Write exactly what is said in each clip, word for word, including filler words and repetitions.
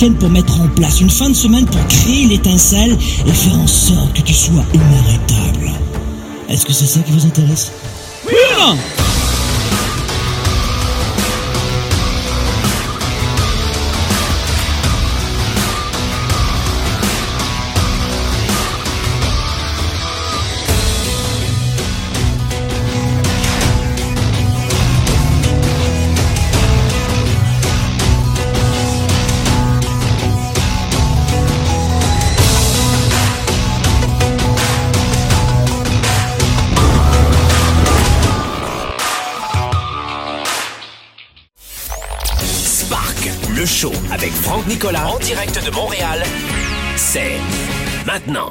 week-end pour mettre en place, une fin de semaine pour créer l'étincelle et faire en sorte que tu sois inarrêtable. Est-ce que c'est ça qui vous intéresse? Oui ou non? Le show avec Franck Nicolas en direct de Montréal, c'est maintenant.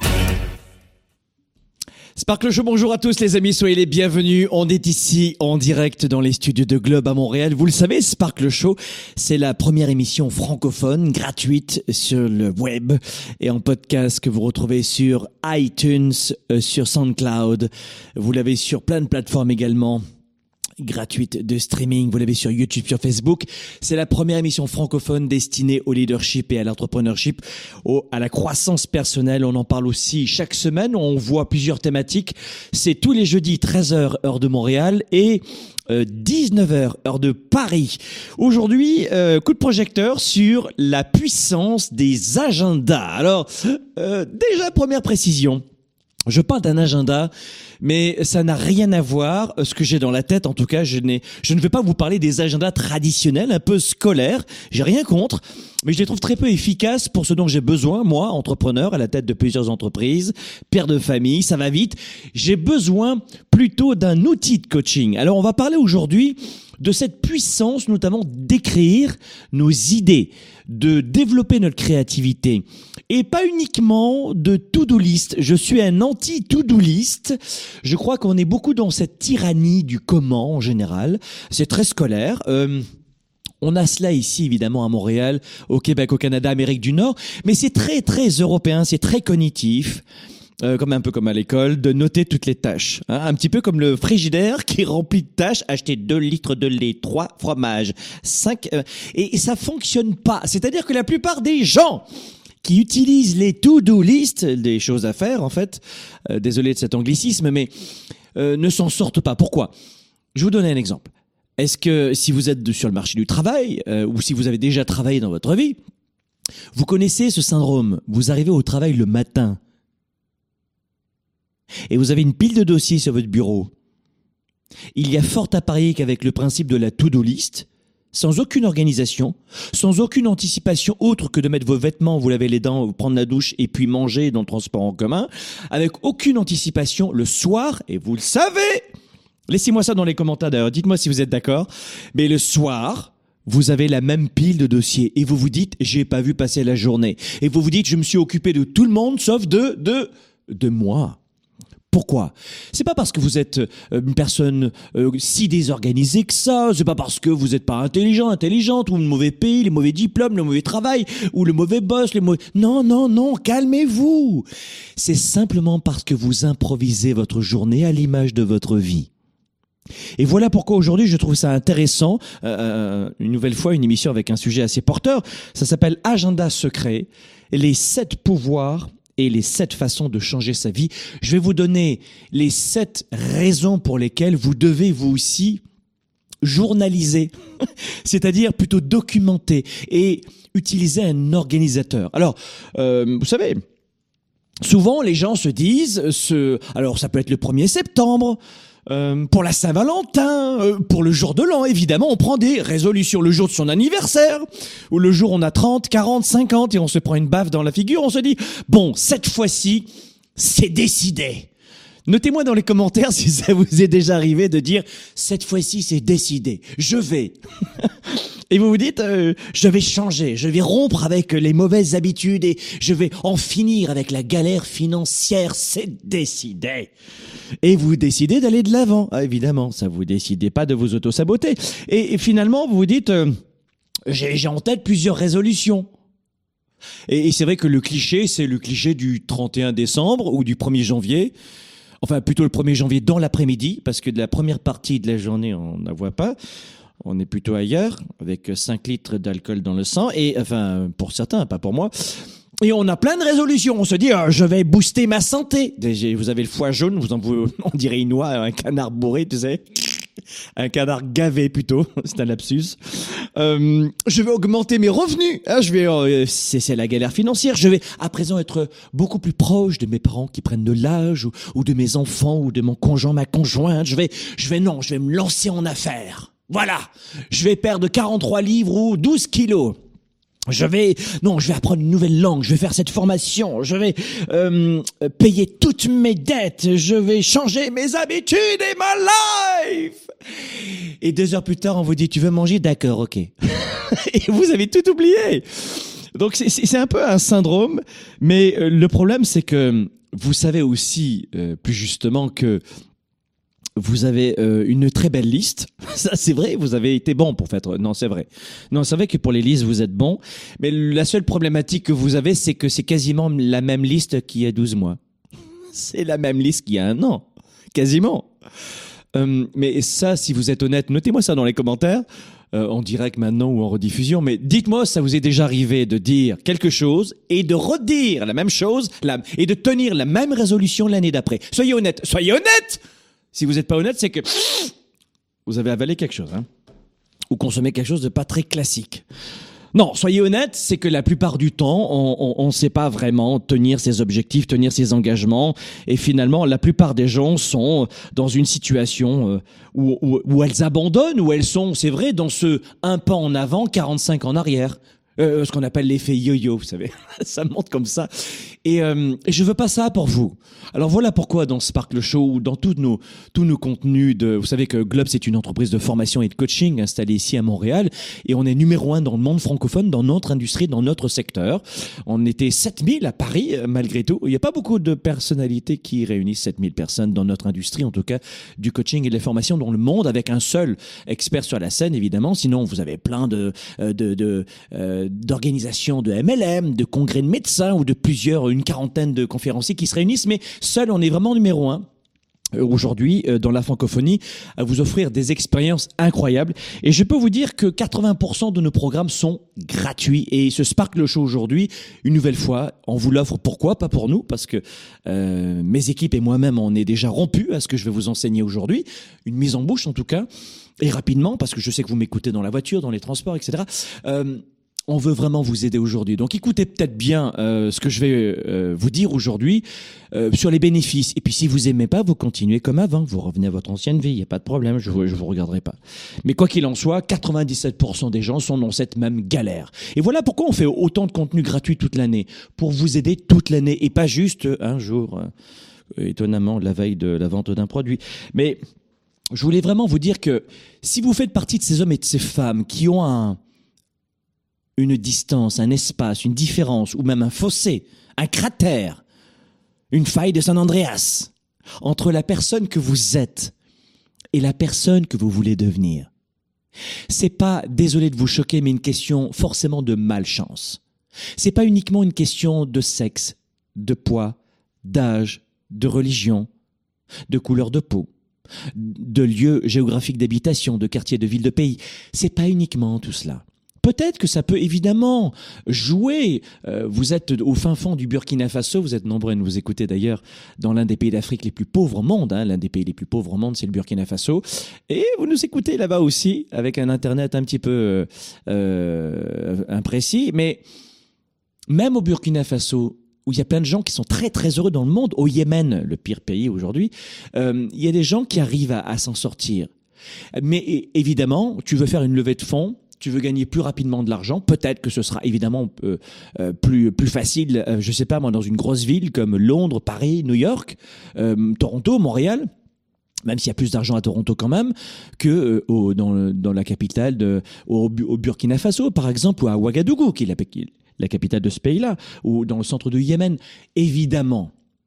Sparkle Show, bonjour à tous les amis, soyez les bienvenus. On est ici en direct dans les studios de Globe à Montréal. Vous le savez, Sparkle Show, c'est la première émission francophone gratuite sur le web et en podcast que vous retrouvez sur iTunes, euh, sur SoundCloud. Vous l'avez sur plein de plateformes également. Gratuite de streaming, vous l'avez sur YouTube, sur Facebook. C'est la première émission francophone destinée au leadership et à l'entrepreneurship, au, à la croissance personnelle. On en parle aussi chaque semaine, on voit plusieurs thématiques. C'est tous les jeudis, treize heures, heure de Montréal et euh, dix-neuf heures, heure de Paris. Aujourd'hui, euh, coup de projecteur sur la puissance des agendas. Alors, euh, déjà, première précision. Je parle d'un agenda, mais ça n'a rien à voir. Ce que j'ai dans la tête, en tout cas, je n'ai, je ne vais pas vous parler des agendas traditionnels, un peu scolaires. J'ai rien contre, mais je les trouve très peu efficaces pour ce dont j'ai besoin, moi, entrepreneur, à la tête de plusieurs entreprises, père de famille, ça va vite. J'ai besoin plutôt d'un outil de coaching. Alors, on va parler aujourd'hui de cette puissance, notamment d'écrire nos idées, de développer notre créativité. Et pas uniquement de to-do list. Je suis un anti-to-do list. Je crois qu'on est beaucoup dans cette tyrannie du comment en général. C'est très scolaire. Euh, on a cela ici, évidemment, à Montréal, au Québec, au Canada, Amérique du Nord. Mais c'est très, très européen, c'est très cognitif. Euh, comme un peu comme à l'école, de noter toutes les tâches. Hein, un petit peu comme le frigidaire qui est rempli de tâches. Acheter deux litres de lait, trois fromages, cinq... Euh, et, et ça fonctionne pas. C'est-à-dire que la plupart des gens qui utilisent les to-do list, des choses à faire en fait, euh, désolé de cet anglicisme, mais euh, ne s'en sortent pas. Pourquoi? Je vous donne un exemple. Est-ce que si vous êtes sur le marché du travail, euh, ou si vous avez déjà travaillé dans votre vie, vous connaissez ce syndrome. Vous arrivez au travail le matin, et vous avez une pile de dossiers sur votre bureau. Il y a fort à parier qu'avec le principe de la to-do list, sans aucune organisation, sans aucune anticipation autre que de mettre vos vêtements, vous laver les dents, vous prendre la douche et puis manger dans le transport en commun, avec aucune anticipation le soir, et vous le savez, laissez-moi ça dans les commentaires d'ailleurs, dites-moi si vous êtes d'accord, mais le soir, vous avez la même pile de dossiers et vous vous dites, j'ai pas vu passer la journée. Et vous vous dites, je me suis occupé de tout le monde sauf de, de, de moi. Pourquoi? C'est pas parce que vous êtes une personne euh, si désorganisée que ça, c'est pas parce que vous n'êtes pas intelligent, intelligente, ou le mauvais pays, les mauvais diplômes, le mauvais travail, ou le mauvais boss, les mauvais... Non, non, non, calmez-vous. C'est simplement parce que vous improvisez votre journée à l'image de votre vie. Et voilà pourquoi aujourd'hui je trouve ça intéressant, euh, une nouvelle fois une émission avec un sujet assez porteur, ça s'appelle Agenda secret, les sept pouvoirs et les sept façons de changer sa vie. Je vais vous donner les sept raisons pour lesquelles vous devez vous aussi journaliser, c'est-à-dire plutôt documenter et utiliser un organisateur. Alors, euh, vous savez, souvent les gens se disent, ce, alors ça peut être le premier septembre, Euh, pour la Saint-Valentin, euh, pour le jour de l'an, évidemment, on prend des résolutions. Le jour de son anniversaire, ou le jour où on a trente, quarante, cinquante, et on se prend une baffe dans la figure, on se dit, bon, cette fois-ci, c'est décidé. Notez-moi dans les commentaires si ça vous est déjà arrivé de dire, cette fois-ci, c'est décidé, je vais. Et vous vous dites, euh, je vais changer, je vais rompre avec les mauvaises habitudes et je vais en finir avec la galère financière, c'est décidé. Et vous décidez d'aller de l'avant. Ah, évidemment, ça vous décidez pas de vous auto-saboter. Et, et finalement, vous vous dites, euh, j'ai, j'ai en tête plusieurs résolutions. Et, et c'est vrai que le cliché, c'est le cliché du trente et un décembre ou du premier janvier. Enfin, plutôt le premier janvier dans l'après-midi, parce que de la première partie de la journée, on ne la voit pas. On est plutôt ailleurs, avec cinq litres d'alcool dans le sang, et enfin, pour certains, pas pour moi. Et on a plein de résolutions. On se dit, oh, je vais booster ma santé. Vous avez le foie jaune, vous en, vous, on dirait une noix, un canard bourré, tu sais. Un canard gavé plutôt, c'est un lapsus. Euh, je vais augmenter mes revenus. Hein, je vais, euh, c'est, c'est la galère financière. Je vais à présent être beaucoup plus proche de mes parents qui prennent de l'âge, ou, ou de mes enfants, ou de mon conjoint, ma conjointe. Je vais, je vais non, je vais me lancer en affaires. Voilà, je vais perdre quarante-trois livres ou douze kilos. Je vais, non, je vais apprendre une nouvelle langue, je vais faire cette formation, je vais euh, payer toutes mes dettes, je vais changer mes habitudes et ma life. Et deux heures plus tard, on vous dit, tu veux manger? D'accord, ok. Et vous avez tout oublié. Donc c'est, c'est un peu un syndrome, mais euh, le problème c'est que vous savez aussi, euh, plus justement, que vous avez euh, une très belle liste. Ça, c'est vrai, vous avez été bon pour faire... Non, c'est vrai. Non, c'est vrai que pour les listes, vous êtes bon. Mais la seule problématique que vous avez, c'est que c'est quasiment la même liste qu'il y a douze mois. C'est la même liste qu'il y a un an. Quasiment. Euh, mais ça, si vous êtes honnête, notez-moi ça dans les commentaires, euh, en direct maintenant ou en rediffusion. Mais dites-moi, ça vous est déjà arrivé de dire quelque chose et de redire la même chose la, et de tenir la même résolution l'année d'après. Soyez honnête. Soyez honnête! Si vous n'êtes pas honnête, c'est que vous avez avalé quelque chose, hein, ou consommé quelque chose de pas très classique. Non, soyez honnête, c'est que la plupart du temps, on ne sait pas vraiment tenir ses objectifs, tenir ses engagements, et finalement, la plupart des gens sont dans une situation euh, où, où, où elles abandonnent, où elles sont, c'est vrai, dans ce un pas en avant, quarante-cinq en arrière. Euh, ce qu'on appelle l'effet yo-yo, vous savez, ça monte comme ça. Et, euh, et je veux pas ça pour vous. Alors voilà pourquoi dans Sparkle Show ou dans tous nos tous nos contenus de, vous savez que Globe c'est une entreprise de formation et de coaching installée ici à Montréal et on est numéro un dans le monde francophone dans notre industrie, dans notre secteur. On était sept mille à Paris malgré tout. Il n'y a pas beaucoup de personnalités qui réunissent sept mille personnes dans notre industrie, en tout cas du coaching et de la formation dans le monde, avec un seul expert sur la scène évidemment. Sinon vous avez plein de de, de, de euh, d'organisations de M L M, de congrès de médecins ou de plusieurs, une quarantaine de conférenciers qui se réunissent, mais seul on est vraiment numéro un aujourd'hui dans la francophonie à vous offrir des expériences incroyables. Et je peux vous dire que quatre-vingts pour cent de nos programmes sont gratuits. Et ce Sparkle Show aujourd'hui, une nouvelle fois, on vous l'offre. Pourquoi? Pas pour nous, parce que euh, mes équipes et moi-même, on est déjà rompus à ce que je vais vous enseigner aujourd'hui. Une mise en bouche en tout cas. Et rapidement, parce que je sais que vous m'écoutez dans la voiture, dans les transports, et cetera. Euh, On veut vraiment vous aider aujourd'hui. Donc écoutez peut-être bien euh, ce que je vais euh, vous dire aujourd'hui euh, sur les bénéfices. Et puis si vous aimez pas, vous continuez comme avant. Vous revenez à votre ancienne vie, il n'y a pas de problème, je vous, je vous regarderai pas. Mais quoi qu'il en soit, quatre-vingt-dix-sept pour cent des gens sont dans cette même galère. Et voilà pourquoi on fait autant de contenu gratuit toute l'année. Pour vous aider toute l'année et pas juste un jour, euh, étonnamment, la veille de la vente d'un produit. Mais je voulais vraiment vous dire que si vous faites partie de ces hommes et de ces femmes qui ont un... une distance, un espace, une différence, ou même un fossé, un cratère, une faille de San Andreas, entre la personne que vous êtes et la personne que vous voulez devenir. C'est pas, désolé de vous choquer, mais une question forcément de malchance. C'est pas uniquement une question de sexe, de poids, d'âge, de religion, de couleur de peau, de lieu géographique d'habitation, de quartier, de ville, de pays. C'est pas uniquement tout cela. Peut-être que ça peut évidemment jouer. Euh, vous êtes au fin fond du Burkina Faso, vous êtes nombreux à nous écouter d'ailleurs dans l'un des pays d'Afrique les plus pauvres au monde. Hein, l'un des pays les plus pauvres au monde, c'est le Burkina Faso. Et vous nous écoutez là-bas aussi, avec un Internet un petit peu euh, imprécis. Mais même au Burkina Faso, où il y a plein de gens qui sont très très heureux dans le monde, au Yémen, le pire pays aujourd'hui, euh, il y a des gens qui arrivent à, à s'en sortir. Mais évidemment, tu veux faire une levée de fonds, tu veux gagner plus rapidement de l'argent, peut-être que ce sera évidemment euh, euh, plus plus facile, euh, je sais pas moi, dans une grosse ville comme Londres, Paris, New York, euh, Toronto, Montréal, même s'il y a plus d'argent à Toronto quand même que euh, au, dans, dans la capitale, de, au, au Burkina Faso par exemple, ou à Ouagadougou, qui est la, la capitale de ce pays-là, ou dans le centre du Yémen. Évidemment.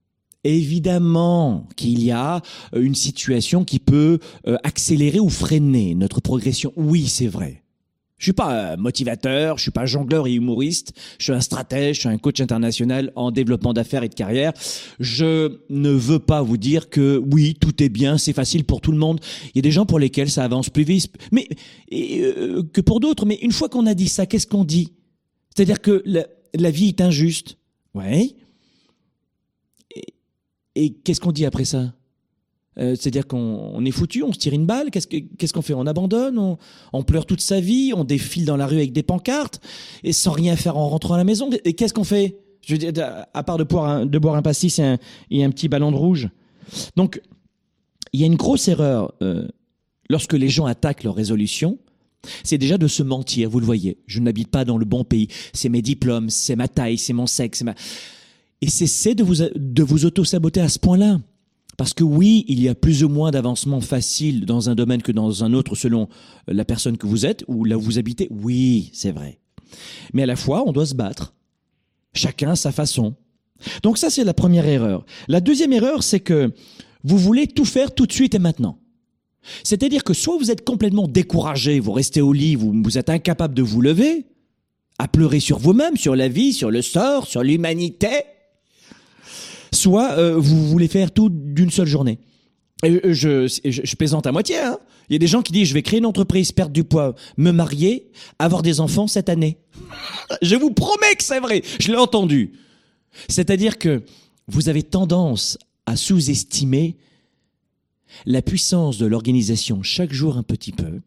Évidemment qu'il y a une situation qui peut euh, accélérer ou freiner notre progression. Oui, c'est vrai. Je suis pas un motivateur, je suis pas jongleur et humoriste, je suis un stratège, je suis un coach international en développement d'affaires et de carrière. Je ne veux pas vous dire que oui, tout est bien, c'est facile pour tout le monde. Il y a des gens pour lesquels ça avance plus vite mais, et, euh, que pour d'autres. Mais une fois qu'on a dit ça, qu'est-ce qu'on dit? C'est-à-dire que la, la vie est injuste. Ouais. Et, et qu'est-ce qu'on dit après ça? Euh, c'est-à-dire qu'on on est foutu, on se tire une balle, qu'est-ce, que, qu'est-ce qu'on fait? On abandonne, on, on pleure toute sa vie, on défile dans la rue avec des pancartes, et sans rien faire en rentrant à la maison. Et qu'est-ce qu'on fait? Je veux dire, à part de boire un, de boire un pastis et un, et un petit ballon de rouge. Donc, il y a une grosse erreur euh, lorsque les gens attaquent leur résolution, c'est déjà de se mentir, vous le voyez. Je n'habite pas dans le bon pays, c'est mes diplômes, c'est ma taille, c'est mon sexe, c'est ma... Et cessez de vous, de vous auto-saboter à ce point-là. Parce que oui, il y a plus ou moins d'avancement facile dans un domaine que dans un autre selon la personne que vous êtes ou là où vous habitez. Oui, c'est vrai. Mais à la fois, on doit se battre. Chacun à sa façon. Donc ça, c'est la première erreur. La deuxième erreur, c'est que vous voulez tout faire tout de suite et maintenant. C'est-à-dire que soit vous êtes complètement découragé, vous restez au lit, vous, vous êtes incapable de vous lever, à pleurer sur vous-même, sur la vie, sur le sort, sur l'humanité, soit euh, vous voulez faire tout d'une seule journée. Et je, je, je plaisante à moitié. Hein. Il y a des gens qui disent « je vais créer une entreprise, perdre du poids, me marier, avoir des enfants cette année ». Je vous promets que c'est vrai, je l'ai entendu. C'est-à-dire que vous avez tendance à sous-estimer la puissance de l'organisation chaque jour un petit peu,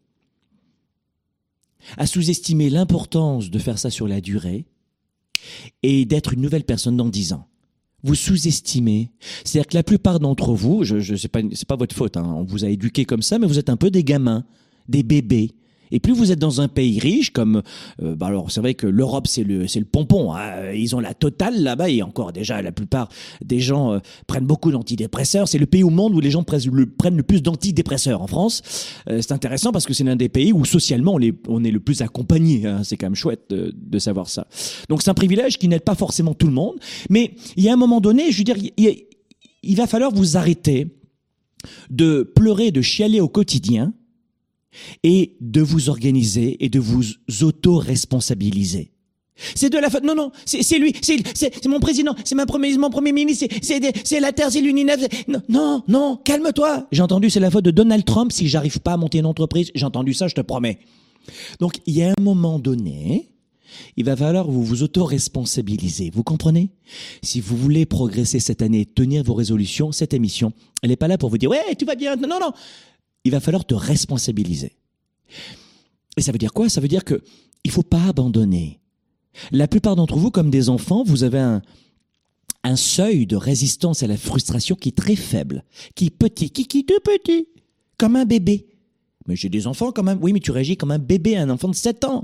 à sous-estimer l'importance de faire ça sur la durée et d'être une nouvelle personne dans dix ans. Vous sous-estimez. C'est-à-dire que la plupart d'entre vous, je, je, c'est pas, c'est pas votre faute, hein, on vous a éduqué comme ça, mais vous êtes un peu des gamins, des bébés. Et plus vous êtes dans un pays riche, comme, euh, bah alors c'est vrai que l'Europe c'est le, c'est le pompon, hein, ils ont la totale là-bas et encore déjà la plupart des gens euh, prennent beaucoup d'antidépresseurs. C'est le pays au monde où les gens prennent le, prennent le plus d'antidépresseurs en France. Euh, c'est intéressant parce que c'est l'un des pays où socialement on est, on est le plus accompagné. Hein, c'est quand même chouette de, de savoir ça. Donc c'est un privilège qui n'aide pas forcément tout le monde, mais il y a un moment donné, je veux dire, il, il va falloir vous arrêter de pleurer, de chialer au quotidien. Et de vous organiser et de vous auto-responsabiliser. C'est de la faute. Non, non, c'est, c'est lui, c'est, c'est, c'est mon président, c'est ma premier, mon premier ministre, c'est, c'est, c'est la Terre, c'est l'Uninef. Non, non, non, calme-toi. J'ai entendu, c'est la faute de Donald Trump si j'arrive pas à monter une entreprise. J'ai entendu ça, je te promets. Donc, il y a un moment donné, il va falloir vous vous auto-responsabiliser. Vous comprenez? Si vous voulez progresser cette année, tenir vos résolutions, cette émission, elle n'est pas là pour vous dire, ouais, tout va bien. Non, non, non. Il va falloir te responsabiliser. Et ça veut dire quoi? Ça veut dire que il faut pas abandonner. La plupart d'entre vous, comme des enfants, vous avez un, un seuil de résistance à la frustration qui est très faible, qui est petit, qui, qui est tout petit, comme un bébé. Mais j'ai des enfants quand même. Oui, mais tu réagis comme un bébé, un enfant de sept ans.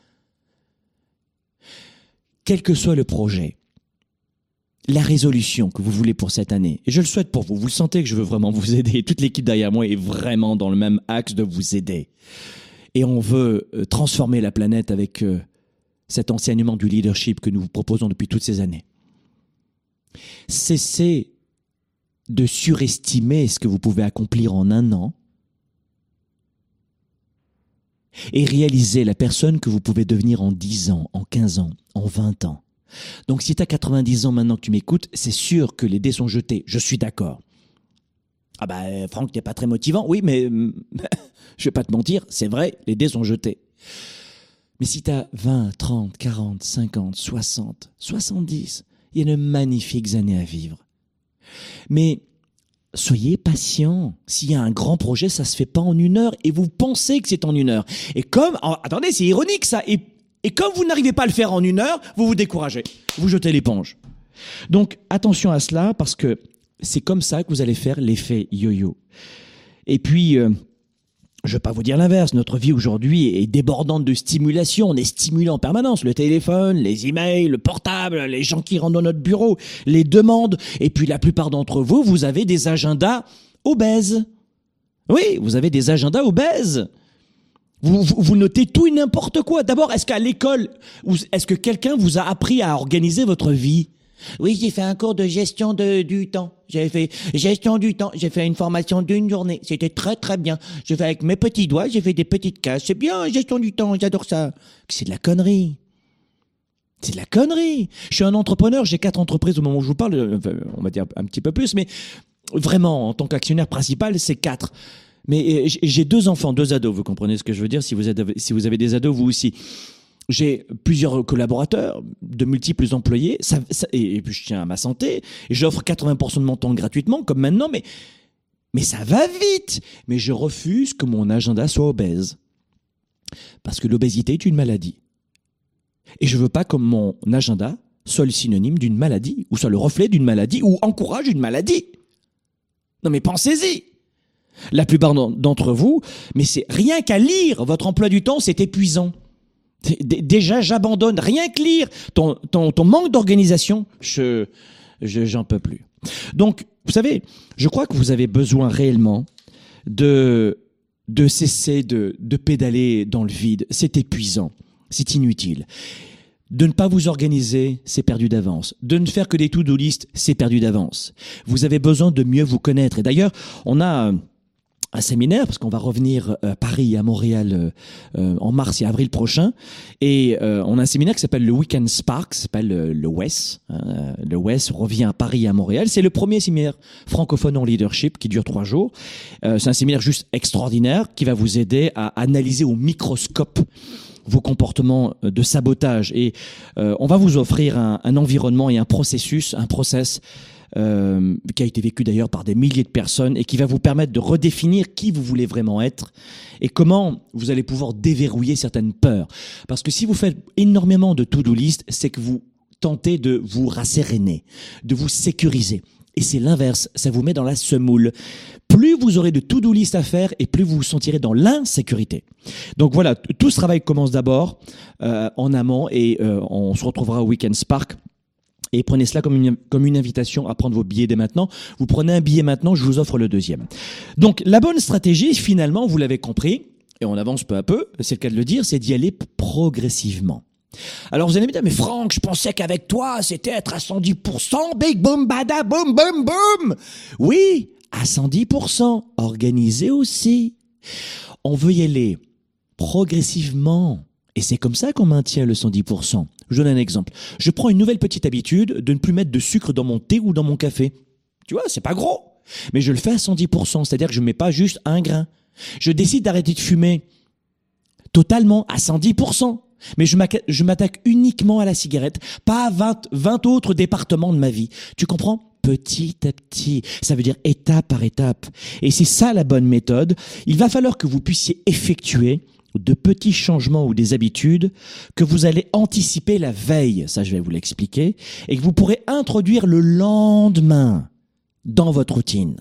Quel que soit le projet, la résolution que vous voulez pour cette année, et je le souhaite pour vous, vous le sentez que je veux vraiment vous aider, toute l'équipe derrière moi est vraiment dans le même axe de vous aider. Et on veut transformer la planète avec euh, cet enseignement du leadership que nous vous proposons depuis toutes ces années. Cessez de surestimer ce que vous pouvez accomplir en un an et réalisez la personne que vous pouvez devenir en dix ans, en quinze ans, en vingt ans. Donc si tu as quatre-vingt-dix ans maintenant que tu m'écoutes, c'est sûr que les dés sont jetés, je suis d'accord. Ah bah Franck, t'es pas très motivant. Oui, mais je vais pas te mentir, c'est vrai, les dés sont jetés. Mais si tu as vingt, trente, quarante, cinquante, soixante, soixante-dix, il y a de magnifiques années à vivre. Mais soyez patient. S'il y a un grand projet, ça se fait pas en une heure et vous pensez que c'est en une heure. Et comme, oh, attendez, c'est ironique ça. Et Et comme vous n'arrivez pas à le faire en une heure, vous vous découragez. Vous jetez l'éponge. Donc, attention à cela parce que c'est comme ça que vous allez faire l'effet yo-yo. Et puis, euh, je ne vais pas vous dire l'inverse. Notre vie aujourd'hui est débordante de stimulation. On est stimulé en permanence. Le téléphone, les emails, le portable, les gens qui rentrent dans notre bureau, les demandes. Et puis, la plupart d'entre vous, vous avez des agendas obèses. Oui, vous avez des agendas obèses. Vous, vous, vous notez tout et n'importe quoi. D'abord, est-ce qu'à l'école, est-ce que quelqu'un vous a appris à organiser votre vie? Oui, j'ai fait un cours de gestion de, du temps. J'ai fait gestion du temps. J'ai fait une formation d'une journée. C'était très très bien. Je fais avec mes petits doigts, j'ai fait des petites cases. C'est bien, gestion du temps, j'adore ça. C'est de la connerie. C'est de la connerie. Je suis un entrepreneur, j'ai quatre entreprises au moment où je vous parle, on va dire un petit peu plus, mais vraiment, en tant qu'actionnaire principal, c'est quatre. Mais j'ai deux enfants, deux ados, vous comprenez ce que je veux dire, si vous êtes, si vous avez des ados, vous aussi. J'ai plusieurs collaborateurs, de multiples employés, ça, ça, et, et puis je tiens à ma santé, et j'offre quatre-vingts pour cent de mon temps gratuitement, comme maintenant, mais, mais ça va vite. Mais je refuse que mon agenda soit obèse. Parce que l'obésité est une maladie. Et je veux pas que mon agenda soit le synonyme d'une maladie, ou soit le reflet d'une maladie, ou encourage une maladie. Non mais pensez-y. La plupart d'entre vous, mais c'est rien qu'à lire votre emploi du temps, c'est épuisant. Déjà, j'abandonne. Rien que lire ton, ton, ton manque d'organisation, je, je, j'en peux plus. Donc, vous savez, je crois que vous avez besoin réellement de, de cesser de, de pédaler dans le vide. C'est épuisant. C'est inutile. De ne pas vous organiser, c'est perdu d'avance. De ne faire que des to-do list, c'est perdu d'avance. Vous avez besoin de mieux vous connaître. Et d'ailleurs, on a un séminaire, parce qu'on va revenir à Paris et à Montréal euh, en mars et avril prochain. Et euh, on a un séminaire qui s'appelle le Weekend Spark, qui s'appelle le, le W E S. Hein. Le W E S revient à Paris et à Montréal. C'est le premier séminaire francophone en leadership qui dure trois jours. Euh, c'est un séminaire juste extraordinaire qui va vous aider à analyser au microscope vos comportements de sabotage. Et euh, on va vous offrir un, un environnement et un processus, un process Euh, qui a été vécu d'ailleurs par des milliers de personnes et qui va vous permettre de redéfinir qui vous voulez vraiment être et comment vous allez pouvoir déverrouiller certaines peurs. Parce que si vous faites énormément de to-do list, c'est que vous tentez de vous rasséréner, de vous sécuriser. Et c'est l'inverse, ça vous met dans la semoule. Plus vous aurez de to-do list à faire et plus vous vous sentirez dans l'insécurité. Donc voilà, tout ce travail commence d'abord euh, en amont et euh, on se retrouvera au Weekend Spark. Et prenez cela comme une, comme une invitation à prendre vos billets dès maintenant. Vous prenez un billet maintenant, je vous offre le deuxième. Donc, la bonne stratégie, finalement, vous l'avez compris, et on avance peu à peu, c'est le cas de le dire, c'est d'y aller progressivement. Alors, vous allez me dire, mais Franck, je pensais qu'avec toi, c'était être à cent dix pour cent, big boom, bada, boom, boom, boom. Oui, à cent dix pour cent, organisé aussi. On veut y aller progressivement. Et c'est comme ça qu'on maintient le cent dix pour cent. Je donne un exemple. Je prends une nouvelle petite habitude de ne plus mettre de sucre dans mon thé ou dans mon café. Tu vois, c'est pas gros. Mais je le fais à cent dix pour cent. C'est-à-dire que je ne mets pas juste un grain. Je décide d'arrêter de fumer totalement à cent dix pour cent. Mais je m'attaque uniquement à la cigarette, pas à vingt, vingt autres départements de ma vie. Tu comprends ? Petit à petit. Ça veut dire étape par étape. Et c'est ça la bonne méthode. Il va falloir que vous puissiez effectuer de petits changements ou des habitudes que vous allez anticiper la veille, ça je vais vous l'expliquer, et que vous pourrez introduire le lendemain dans votre routine.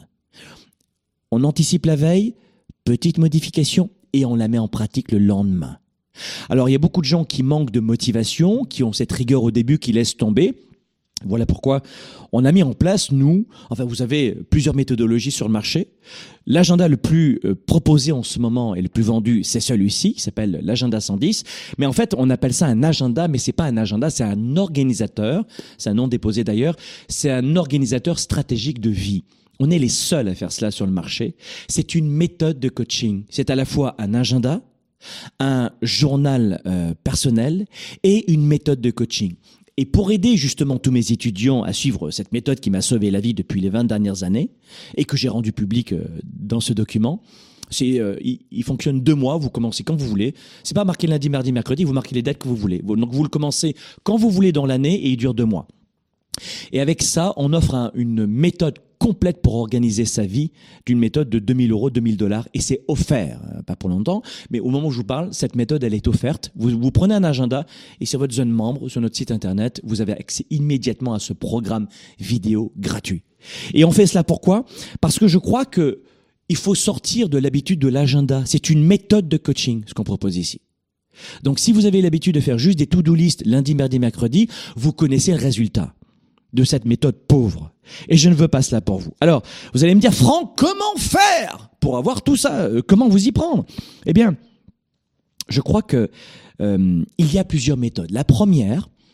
On anticipe la veille, petite modification, et on la met en pratique le lendemain. Alors il y a beaucoup de gens qui manquent de motivation, qui ont cette rigueur au début, qui laissent tomber. Voilà pourquoi on a mis en place, nous, enfin vous avez plusieurs méthodologies sur le marché. L'agenda le plus euh, proposé en ce moment et le plus vendu, c'est celui-ci, qui s'appelle l'agenda cent dix. Mais en fait, on appelle ça un agenda, mais c'est pas un agenda, c'est un organisateur. C'est un nom déposé d'ailleurs. C'est un organisateur stratégique de vie. On est les seuls à faire cela sur le marché. C'est une méthode de coaching. C'est à la fois un agenda, un journal euh, personnel et une méthode de coaching. Et pour aider justement tous mes étudiants à suivre cette méthode qui m'a sauvé la vie depuis les vingt dernières années et que j'ai rendu public dans ce document, c'est, euh, il, il fonctionne deux mois, vous commencez quand vous voulez. C'est pas marqué lundi, mardi, mercredi, vous marquez les dates que vous voulez. Donc vous le commencez quand vous voulez dans l'année et il dure deux mois. Et avec ça, on offre un, une méthode complète pour organiser sa vie, d'une méthode de deux mille euros, deux mille dollars, et c'est offert, pas pour longtemps, mais au moment où je vous parle, cette méthode, elle est offerte. Vous, vous prenez un agenda, et sur votre zone membre, sur notre site internet, vous avez accès immédiatement à ce programme vidéo gratuit. Et on fait cela pourquoi ? Parce que je crois que il faut sortir de l'habitude de l'agenda. C'est une méthode de coaching, ce qu'on propose ici. Donc si vous avez l'habitude de faire juste des to-do list lundi, mardi, mercredi, vous connaissez le résultat de cette méthode pauvre. Et je ne veux pas cela pour vous. Alors, vous allez me dire, Franck, comment faire pour avoir tout ça ? Comment vous y prendre ? Eh bien, je crois que euh, il y a plusieurs méthodes. La première,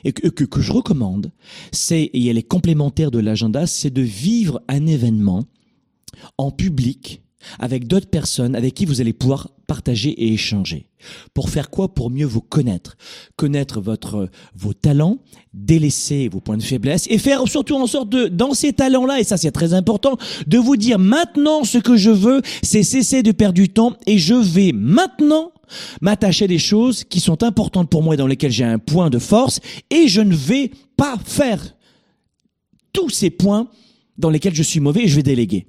et que, que, que je recommande, c'est, et elle est complémentaire de l'agenda, c'est de vivre un événement en public avec d'autres personnes avec qui vous allez pouvoir partager et échanger. Pour faire quoi? Pour mieux vous connaître. Connaître votre, vos talents, délaisser vos points de faiblesse et faire surtout en sorte de, dans ces talents-là, et ça c'est très important, de vous dire maintenant ce que je veux, c'est cesser de perdre du temps et je vais maintenant m'attacher à des choses qui sont importantes pour moi et dans lesquelles j'ai un point de force et je ne vais pas faire tous ces points dans lesquels je suis mauvais et je vais déléguer.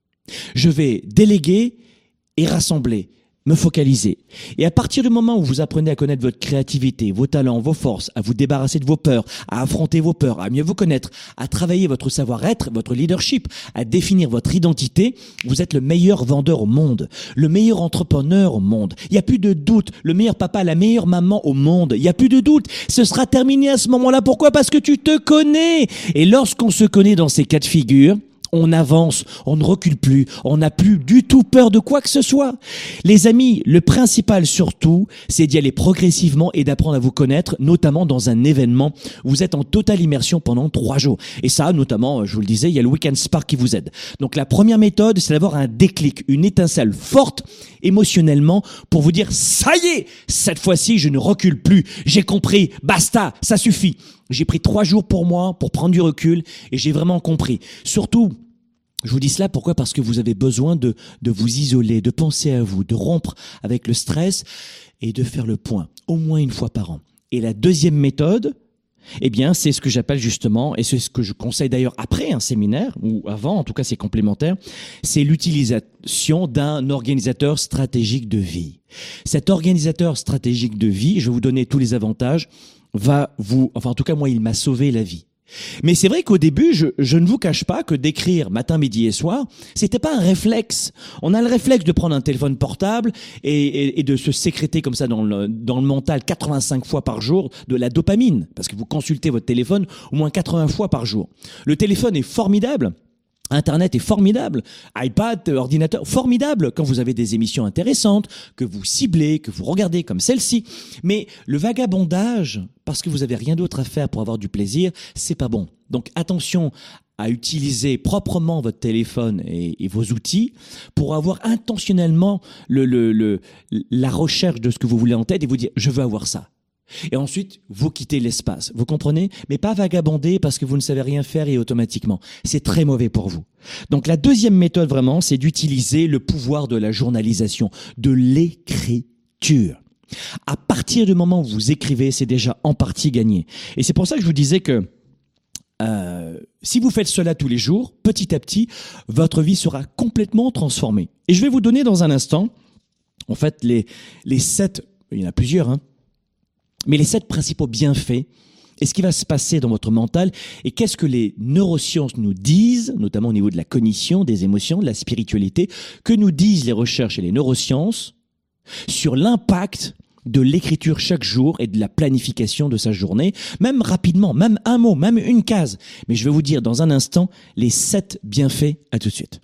Je vais déléguer et rassembler, me focaliser. Et à partir du moment où vous apprenez à connaître votre créativité, vos talents, vos forces, à vous débarrasser de vos peurs, à affronter vos peurs, à mieux vous connaître, à travailler votre savoir-être, votre leadership, à définir votre identité, vous êtes le meilleur vendeur au monde, le meilleur entrepreneur au monde. Il n'y a plus de doute, le meilleur papa, la meilleure maman au monde. Il n'y a plus de doute. Ce sera terminé à ce moment-là. Pourquoi? Parce que tu te connais. Et lorsqu'on se connaît dans ces cas de figure, on avance, on ne recule plus, on n'a plus du tout peur de quoi que ce soit. Les amis, le principal surtout, c'est d'y aller progressivement et d'apprendre à vous connaître, notamment dans un événement où vous êtes en totale immersion pendant trois jours. Et ça, notamment, je vous le disais, il y a le Weekend Spark qui vous aide. Donc la première méthode, c'est d'avoir un déclic, une étincelle forte émotionnellement pour vous dire, ça y est, cette fois-ci, je ne recule plus, j'ai compris, basta, ça suffit. J'ai pris trois jours pour moi, pour prendre du recul, et j'ai vraiment compris. Surtout, je vous dis cela, pourquoi? Parce que vous avez besoin de, de vous isoler, de penser à vous, de rompre avec le stress et de faire le point, au moins une fois par an. Et la deuxième méthode, eh bien, c'est ce que j'appelle justement, et c'est ce que je conseille d'ailleurs après un séminaire, ou avant, en tout cas c'est complémentaire, c'est l'utilisation d'un organisateur stratégique de vie. Cet organisateur stratégique de vie, je vais vous donner tous les avantages, va vous, enfin en tout cas moi il m'a sauvé la vie. Mais c'est vrai qu'au début, je, je ne vous cache pas que d'écrire matin, midi et soir, c'était pas un réflexe. On a le réflexe de prendre un téléphone portable et, et, et de se sécréter comme ça dans le, dans le mental quatre-vingt-cinq fois par jour de la dopamine, parce que vous consultez votre téléphone au moins quatre-vingts fois par jour. Le téléphone est formidable. Internet est formidable, iPad, ordinateur, formidable quand vous avez des émissions intéressantes, que vous ciblez, que vous regardez comme celle-ci. Mais le vagabondage, parce que vous avez rien d'autre à faire pour avoir du plaisir, c'est pas bon. Donc attention à utiliser proprement votre téléphone et, et vos outils pour avoir intentionnellement le, le, le, la recherche de ce que vous voulez en tête et vous dire « je veux avoir ça ». Et ensuite, vous quittez l'espace, vous comprenez? Mais pas vagabonder parce que vous ne savez rien faire et automatiquement. C'est très mauvais pour vous. Donc la deuxième méthode vraiment, c'est d'utiliser le pouvoir de la journalisation, de l'écriture. À partir du moment où vous écrivez, c'est déjà en partie gagné. Et c'est pour ça que je vous disais que euh, si vous faites cela tous les jours, petit à petit, votre vie sera complètement transformée. Et je vais vous donner dans un instant, en fait, les, les sept, il y en a plusieurs, hein, mais les sept principaux bienfaits et ce qui va se passer dans votre mental et qu'est-ce que les neurosciences nous disent, notamment au niveau de la cognition, des émotions, de la spiritualité, que nous disent les recherches et les neurosciences sur l'impact de l'écriture chaque jour et de la planification de sa journée, même rapidement, même un mot, même une case. Mais je vais vous dire dans un instant les sept bienfaits. À tout de suite.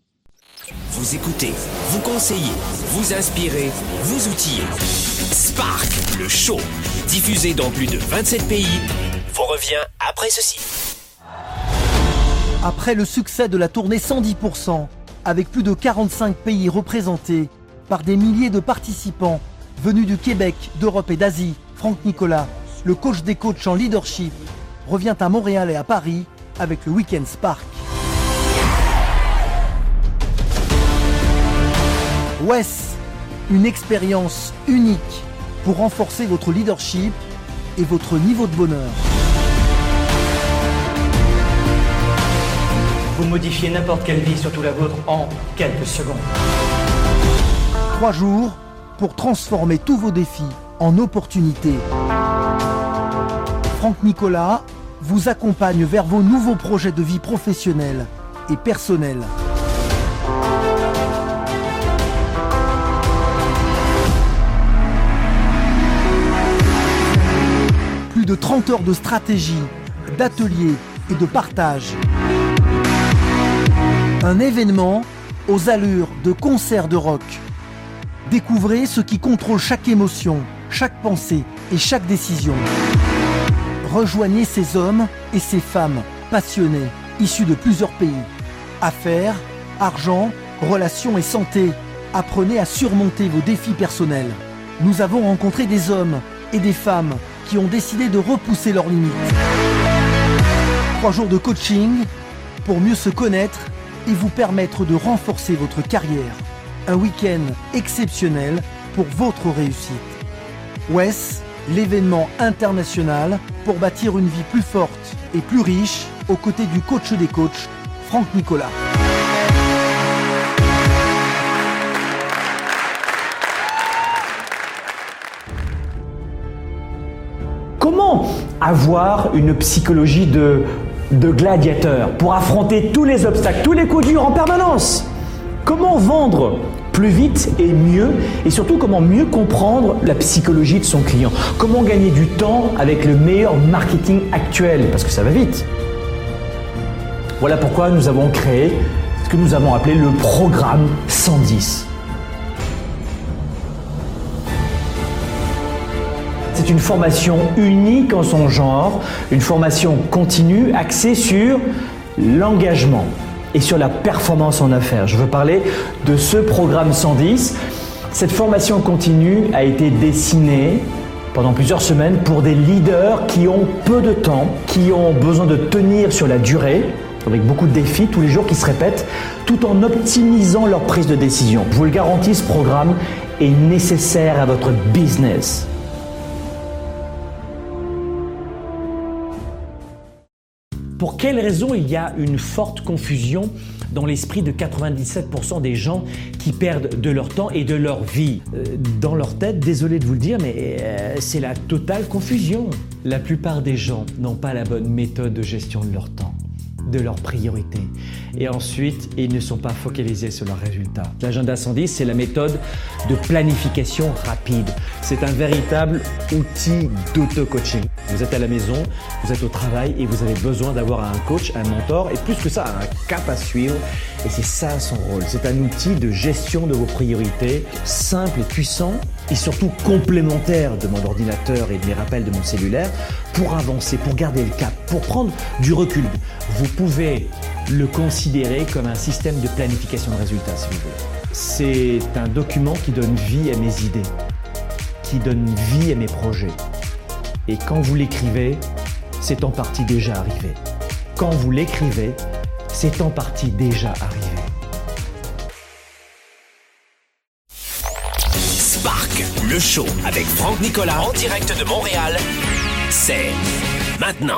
Vous écoutez, vous conseillez, vous inspirez, vous outillez. Spark, le show, diffusé dans plus de vingt-sept pays, vous revient après ceci. Après le succès de la tournée cent dix pour cent, avec plus de quarante-cinq pays représentés par des milliers de participants venus du Québec, d'Europe et d'Asie, Franck Nicolas, le coach des coachs en leadership, revient à Montréal et à Paris avec le Weekend Spark. W E S, une expérience unique pour renforcer votre leadership et votre niveau de bonheur. Vous modifiez n'importe quelle vie, surtout la vôtre, en quelques secondes. Trois jours pour transformer tous vos défis en opportunités. Franck Nicolas vous accompagne vers vos nouveaux projets de vie professionnelle et personnelle. Plus de trente heures de stratégie, d'ateliers et de partage. Un événement aux allures de concert de rock. Découvrez ce qui contrôle chaque émotion, chaque pensée et chaque décision. Rejoignez ces hommes et ces femmes passionnés, issus de plusieurs pays. Affaires, argent, relations et santé. Apprenez à surmonter vos défis personnels. Nous avons rencontré des hommes et des femmes qui ont décidé de repousser leurs limites. Trois jours de coaching pour mieux se connaître et vous permettre de renforcer votre carrière. Un week-end exceptionnel pour votre réussite. W E S, l'événement international pour bâtir une vie plus forte et plus riche aux côtés du coach des coachs, Franck Nicolas. Comment avoir une psychologie de, de gladiateur pour affronter tous les obstacles, tous les coups durs en permanence? Comment vendre plus vite et mieux, et surtout comment mieux comprendre la psychologie de son client? Comment gagner du temps avec le meilleur marketing actuel, parce que ça va vite. Voilà pourquoi nous avons créé ce que nous avons appelé le programme cent dix. C'est une formation unique en son genre, une formation continue axée sur l'engagement et sur la performance en affaires. Je veux parler de ce programme cent dix. Cette formation continue a été dessinée pendant plusieurs semaines pour des leaders qui ont peu de temps, qui ont besoin de tenir sur la durée, avec beaucoup de défis tous les jours qui se répètent, tout en optimisant leur prise de décision. Je vous le garantis, ce programme est nécessaire à votre business. Pour quelles raisons il y a une forte confusion dans l'esprit de quatre-vingt-dix-sept pour cent des gens qui perdent de leur temps et de leur vie? Dans leur tête, désolé de vous le dire, mais c'est la totale confusion. La plupart des gens n'ont pas la bonne méthode de gestion de leur temps, de leurs priorités. Et ensuite, ils ne sont pas focalisés sur leurs résultats. L'agenda cent dix, c'est la méthode de planification rapide. C'est un véritable outil d'auto-coaching. Vous êtes à la maison, vous êtes au travail et vous avez besoin d'avoir un coach, un mentor et plus que ça, un cap à suivre. Et c'est ça son rôle. C'est un outil de gestion de vos priorités, simple et puissant et surtout complémentaire de mon ordinateur et de mes rappels de mon cellulaire pour avancer, pour garder le cap, pour prendre du recul. Vous pouvez le considérer comme un système de planification de résultats, si vous voulez. C'est un document qui donne vie à mes idées, qui donne vie à mes projets. Et quand vous l'écrivez, c'est en partie déjà arrivé. Quand vous l'écrivez, c'est en partie déjà arrivé. Spark, le show avec Franck Nicolas en direct de Montréal, c'est maintenant.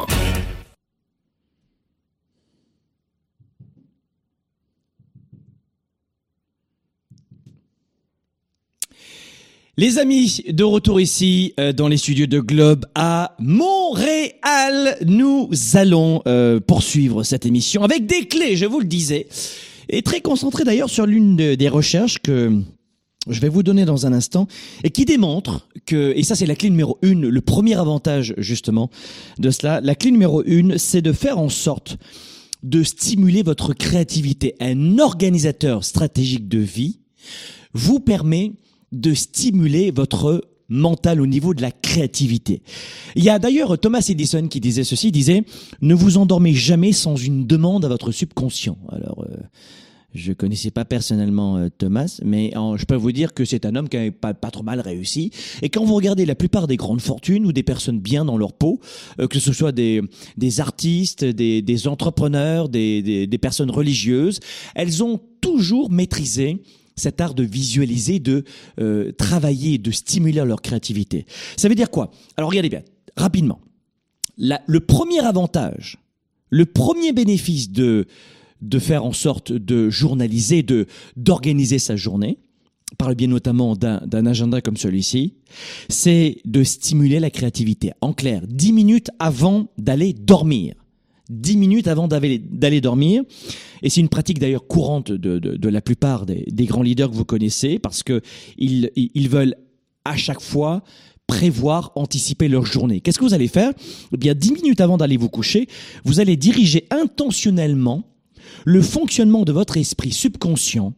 Les amis, de retour ici euh, dans les studios de Globe à Montréal, nous allons euh, poursuivre cette émission avec des clés, je vous le disais, et très concentré d'ailleurs sur l'une de, des recherches que je vais vous donner dans un instant et qui démontre que, et ça c'est la clé numéro une, le premier avantage justement de cela, la clé numéro une, c'est de faire en sorte de stimuler votre créativité. Un organisateur stratégique de vie vous permet de stimuler votre mental au niveau de la créativité. Il y a d'ailleurs Thomas Edison qui disait ceci, il disait « Ne vous endormez jamais sans une demande à votre subconscient ». Alors, euh, je connaissais pas personnellement euh, Thomas, mais euh, je peux vous dire que c'est un homme qui a pas, pas trop mal réussi. Et quand vous regardez la plupart des grandes fortunes ou des personnes bien dans leur peau, euh, que ce soit des, des artistes, des, des entrepreneurs, des, des, des personnes religieuses, elles ont toujours maîtrisé cet art de visualiser, de euh, travailler, de stimuler leur créativité. Ça veut dire quoi? Alors regardez bien, rapidement. La, le premier avantage, le premier bénéfice de, de faire en sorte de journaliser, de, d'organiser sa journée, par le biais notamment d'un, d'un agenda comme celui-ci, c'est de stimuler la créativité. En clair, dix minutes avant d'aller dormir. dix minutes avant d'aller, d'aller dormir. Et c'est une pratique d'ailleurs courante de, de, de la plupart des, des grands leaders que vous connaissez parce que ils, ils veulent à chaque fois prévoir, anticiper leur journée. Qu'est-ce que vous allez faire? Eh bien, dix minutes avant d'aller vous coucher, vous allez diriger intentionnellement le fonctionnement de votre esprit subconscient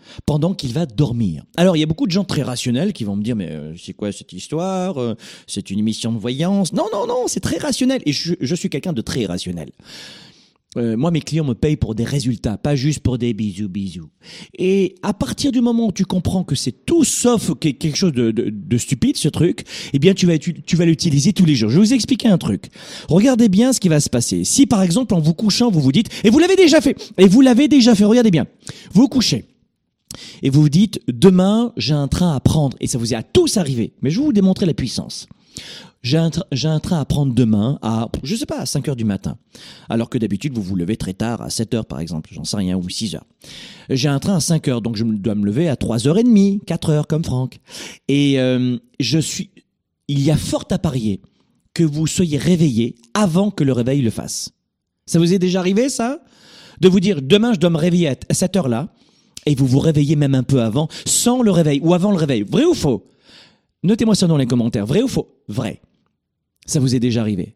pendant qu'il va dormir. Alors, il y a beaucoup de gens très rationnels qui vont me dire, mais euh, c'est quoi cette histoire? euh, C'est une émission de voyance? Non, non, non, c'est très rationnel. Et je, je suis quelqu'un de très rationnel. Euh, moi, mes clients me payent pour des résultats, pas juste pour des bisous, bisous. Et à partir du moment où tu comprends que c'est tout sauf quelque chose de, de, de stupide, ce truc, eh bien, tu vas, tu, tu vas l'utiliser tous les jours. Je vais vous expliquer un truc. Regardez bien ce qui va se passer. Si, par exemple, en vous couchant, vous vous dites, et vous l'avez déjà fait, et vous l'avez déjà fait, regardez bien, vous vous couchez. Et vous vous dites, demain, j'ai un train à prendre. Et ça vous est à tous arrivé. Mais je vais vous démontrer la puissance. J'ai un, tra- j'ai un train à prendre demain à, je sais pas, à cinq heures du matin. Alors que d'habitude, vous vous levez très tard, à sept heures par exemple, j'en sais rien, ou six heures. J'ai un train à cinq heures, donc je dois me lever à trois heures trente, quatre heures comme Franck. Et euh, je suis, il y a fort à parier que vous soyez réveillé avant que le réveil le fasse. Ça vous est déjà arrivé, ça? De vous dire, demain, je dois me réveiller à cette heure-là, et vous vous réveillez même un peu avant, sans le réveil, ou avant le réveil. Vrai ou faux? Notez-moi ça dans les commentaires. Vrai ou faux? Vrai. Ça vous est déjà arrivé.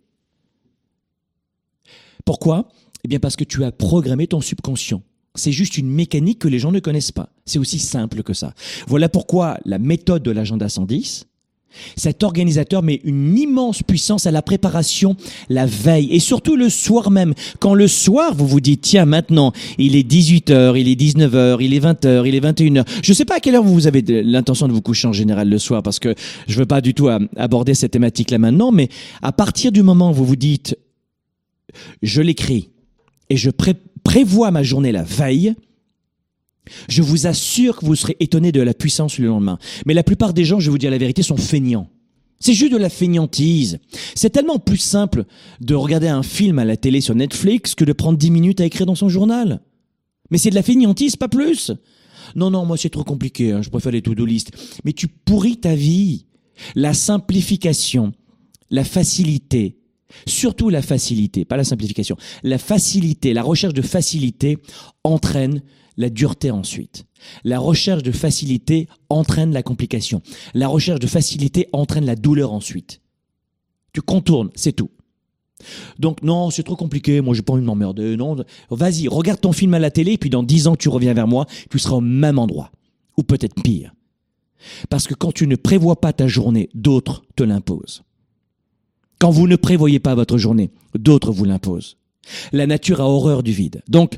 Pourquoi? Eh bien parce que tu as programmé ton subconscient. C'est juste une mécanique que les gens ne connaissent pas. C'est aussi simple que ça. Voilà pourquoi la méthode de l'agenda cent dix, cet organisateur met une immense puissance à la préparation la veille et surtout le soir même. Quand le soir, vous vous dites, tiens, maintenant, il est dix-huit heures, il est dix-neuf heures, il est vingt heures, il est vingt et une heures. Je ne sais pas à quelle heure vous avez l'intention de vous coucher en général le soir parce que je ne veux pas du tout aborder cette thématique-là maintenant, mais à partir du moment où vous vous dites, je l'écris et je pré- prévois ma journée la veille, je vous assure que vous serez étonné de la puissance le lendemain. Mais la plupart des gens, je vais vous dire la vérité, sont feignants. C'est juste de la feignantise. C'est tellement plus simple de regarder un film à la télé sur Netflix que de prendre dix minutes à écrire dans son journal. Mais c'est de la feignantise, pas plus. Non, non, moi c'est trop compliqué, hein, je préfère les to-do list. Mais tu pourris ta vie. La simplification, la facilité, surtout la facilité, pas la simplification, la facilité, la recherche de facilité entraîne la dureté ensuite. La recherche de facilité entraîne la complication. La recherche de facilité entraîne la douleur ensuite. Tu contournes, c'est tout. Donc non, c'est trop compliqué, moi j'ai pas envie de m'emmerder, non. Vas-y, regarde ton film à la télé, puis dans dix ans tu reviens vers moi, tu seras au même endroit. Ou peut-être pire. Parce que quand tu ne prévois pas ta journée, d'autres te l'imposent. Quand vous ne prévoyez pas votre journée, d'autres vous l'imposent. La nature a horreur du vide. Donc,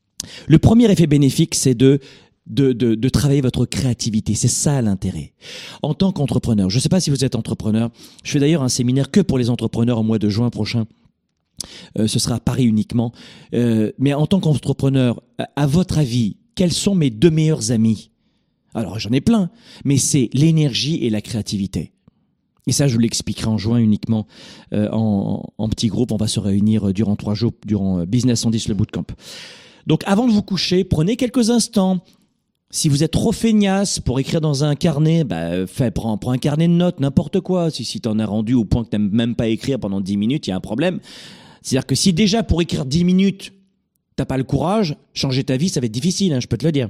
le premier effet bénéfique, c'est de, de, de, de travailler votre créativité. C'est ça l'intérêt. En tant qu'entrepreneur, je ne sais pas si vous êtes entrepreneur, je fais d'ailleurs un séminaire que pour les entrepreneurs au mois de juin prochain. Euh, ce sera à Paris uniquement. Euh, mais en tant qu'entrepreneur, à, à votre avis, quels sont mes deux meilleurs amis? Alors, j'en ai plein, mais c'est l'énergie et la créativité. Et ça, je vous l'expliquerai en juin uniquement euh, en, en petit groupe. On va se réunir durant trois jours, durant Business cent dix, le bootcamp. Donc, avant de vous coucher, prenez quelques instants. Si vous êtes trop feignasse pour écrire dans un carnet, bah, fais, prends, prends un carnet de notes, n'importe quoi. Si, si t'en as rendu au point que t'aimes même pas écrire pendant dix minutes, il y a un problème. C'est-à-dire que si déjà pour écrire dix minutes, t'as pas le courage, changer ta vie, ça va être difficile, hein, je peux te le dire.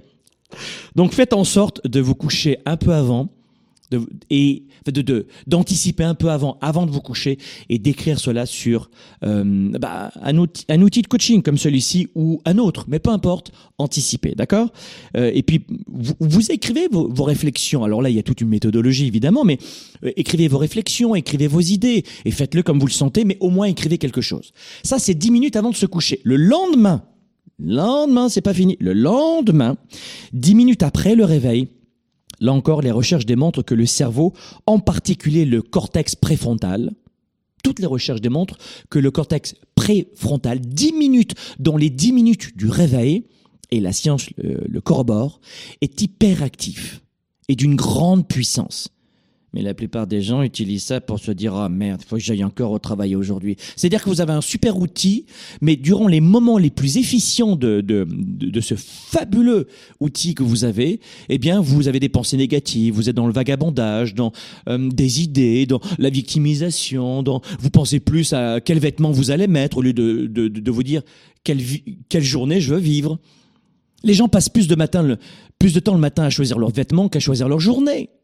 Donc, faites en sorte de vous coucher un peu avant. De, et de, de, d'anticiper un peu avant, avant de vous coucher et d'écrire cela sur euh, bah, un, outil, un outil de coaching comme celui-ci ou un autre, mais peu importe, anticiper, d'accord euh, Et puis, vous, vous écrivez vos, vos réflexions. Alors là, il y a toute une méthodologie, évidemment, mais euh, écrivez vos réflexions, écrivez vos idées et faites-le comme vous le sentez, mais au moins écrivez quelque chose. Ça, c'est dix minutes avant de se coucher. Le lendemain, lendemain, c'est pas fini, le lendemain, dix minutes après le réveil, là encore, les recherches démontrent que le cerveau, en particulier le cortex préfrontal, toutes les recherches démontrent que le cortex préfrontal, dix minutes, dans les dix minutes du réveil, et la science le, le corrobore, est hyperactif et d'une grande puissance. Mais la plupart des gens utilisent ça pour se dire « Ah merde, il faut que j'aille encore au travail aujourd'hui ». C'est-à-dire que vous avez un super outil, mais durant les moments les plus efficients de, de, de, de ce fabuleux outil que vous avez, eh bien, vous avez des pensées négatives, vous êtes dans le vagabondage, dans euh, des idées, dans la victimisation, dans vous pensez plus à quels vêtements vous allez mettre au lieu de, de, de vous dire quelle, quelle journée je veux vivre. Les gens passent plus de, matin, le, plus de temps le matin à choisir leurs vêtements qu'à choisir leur journée.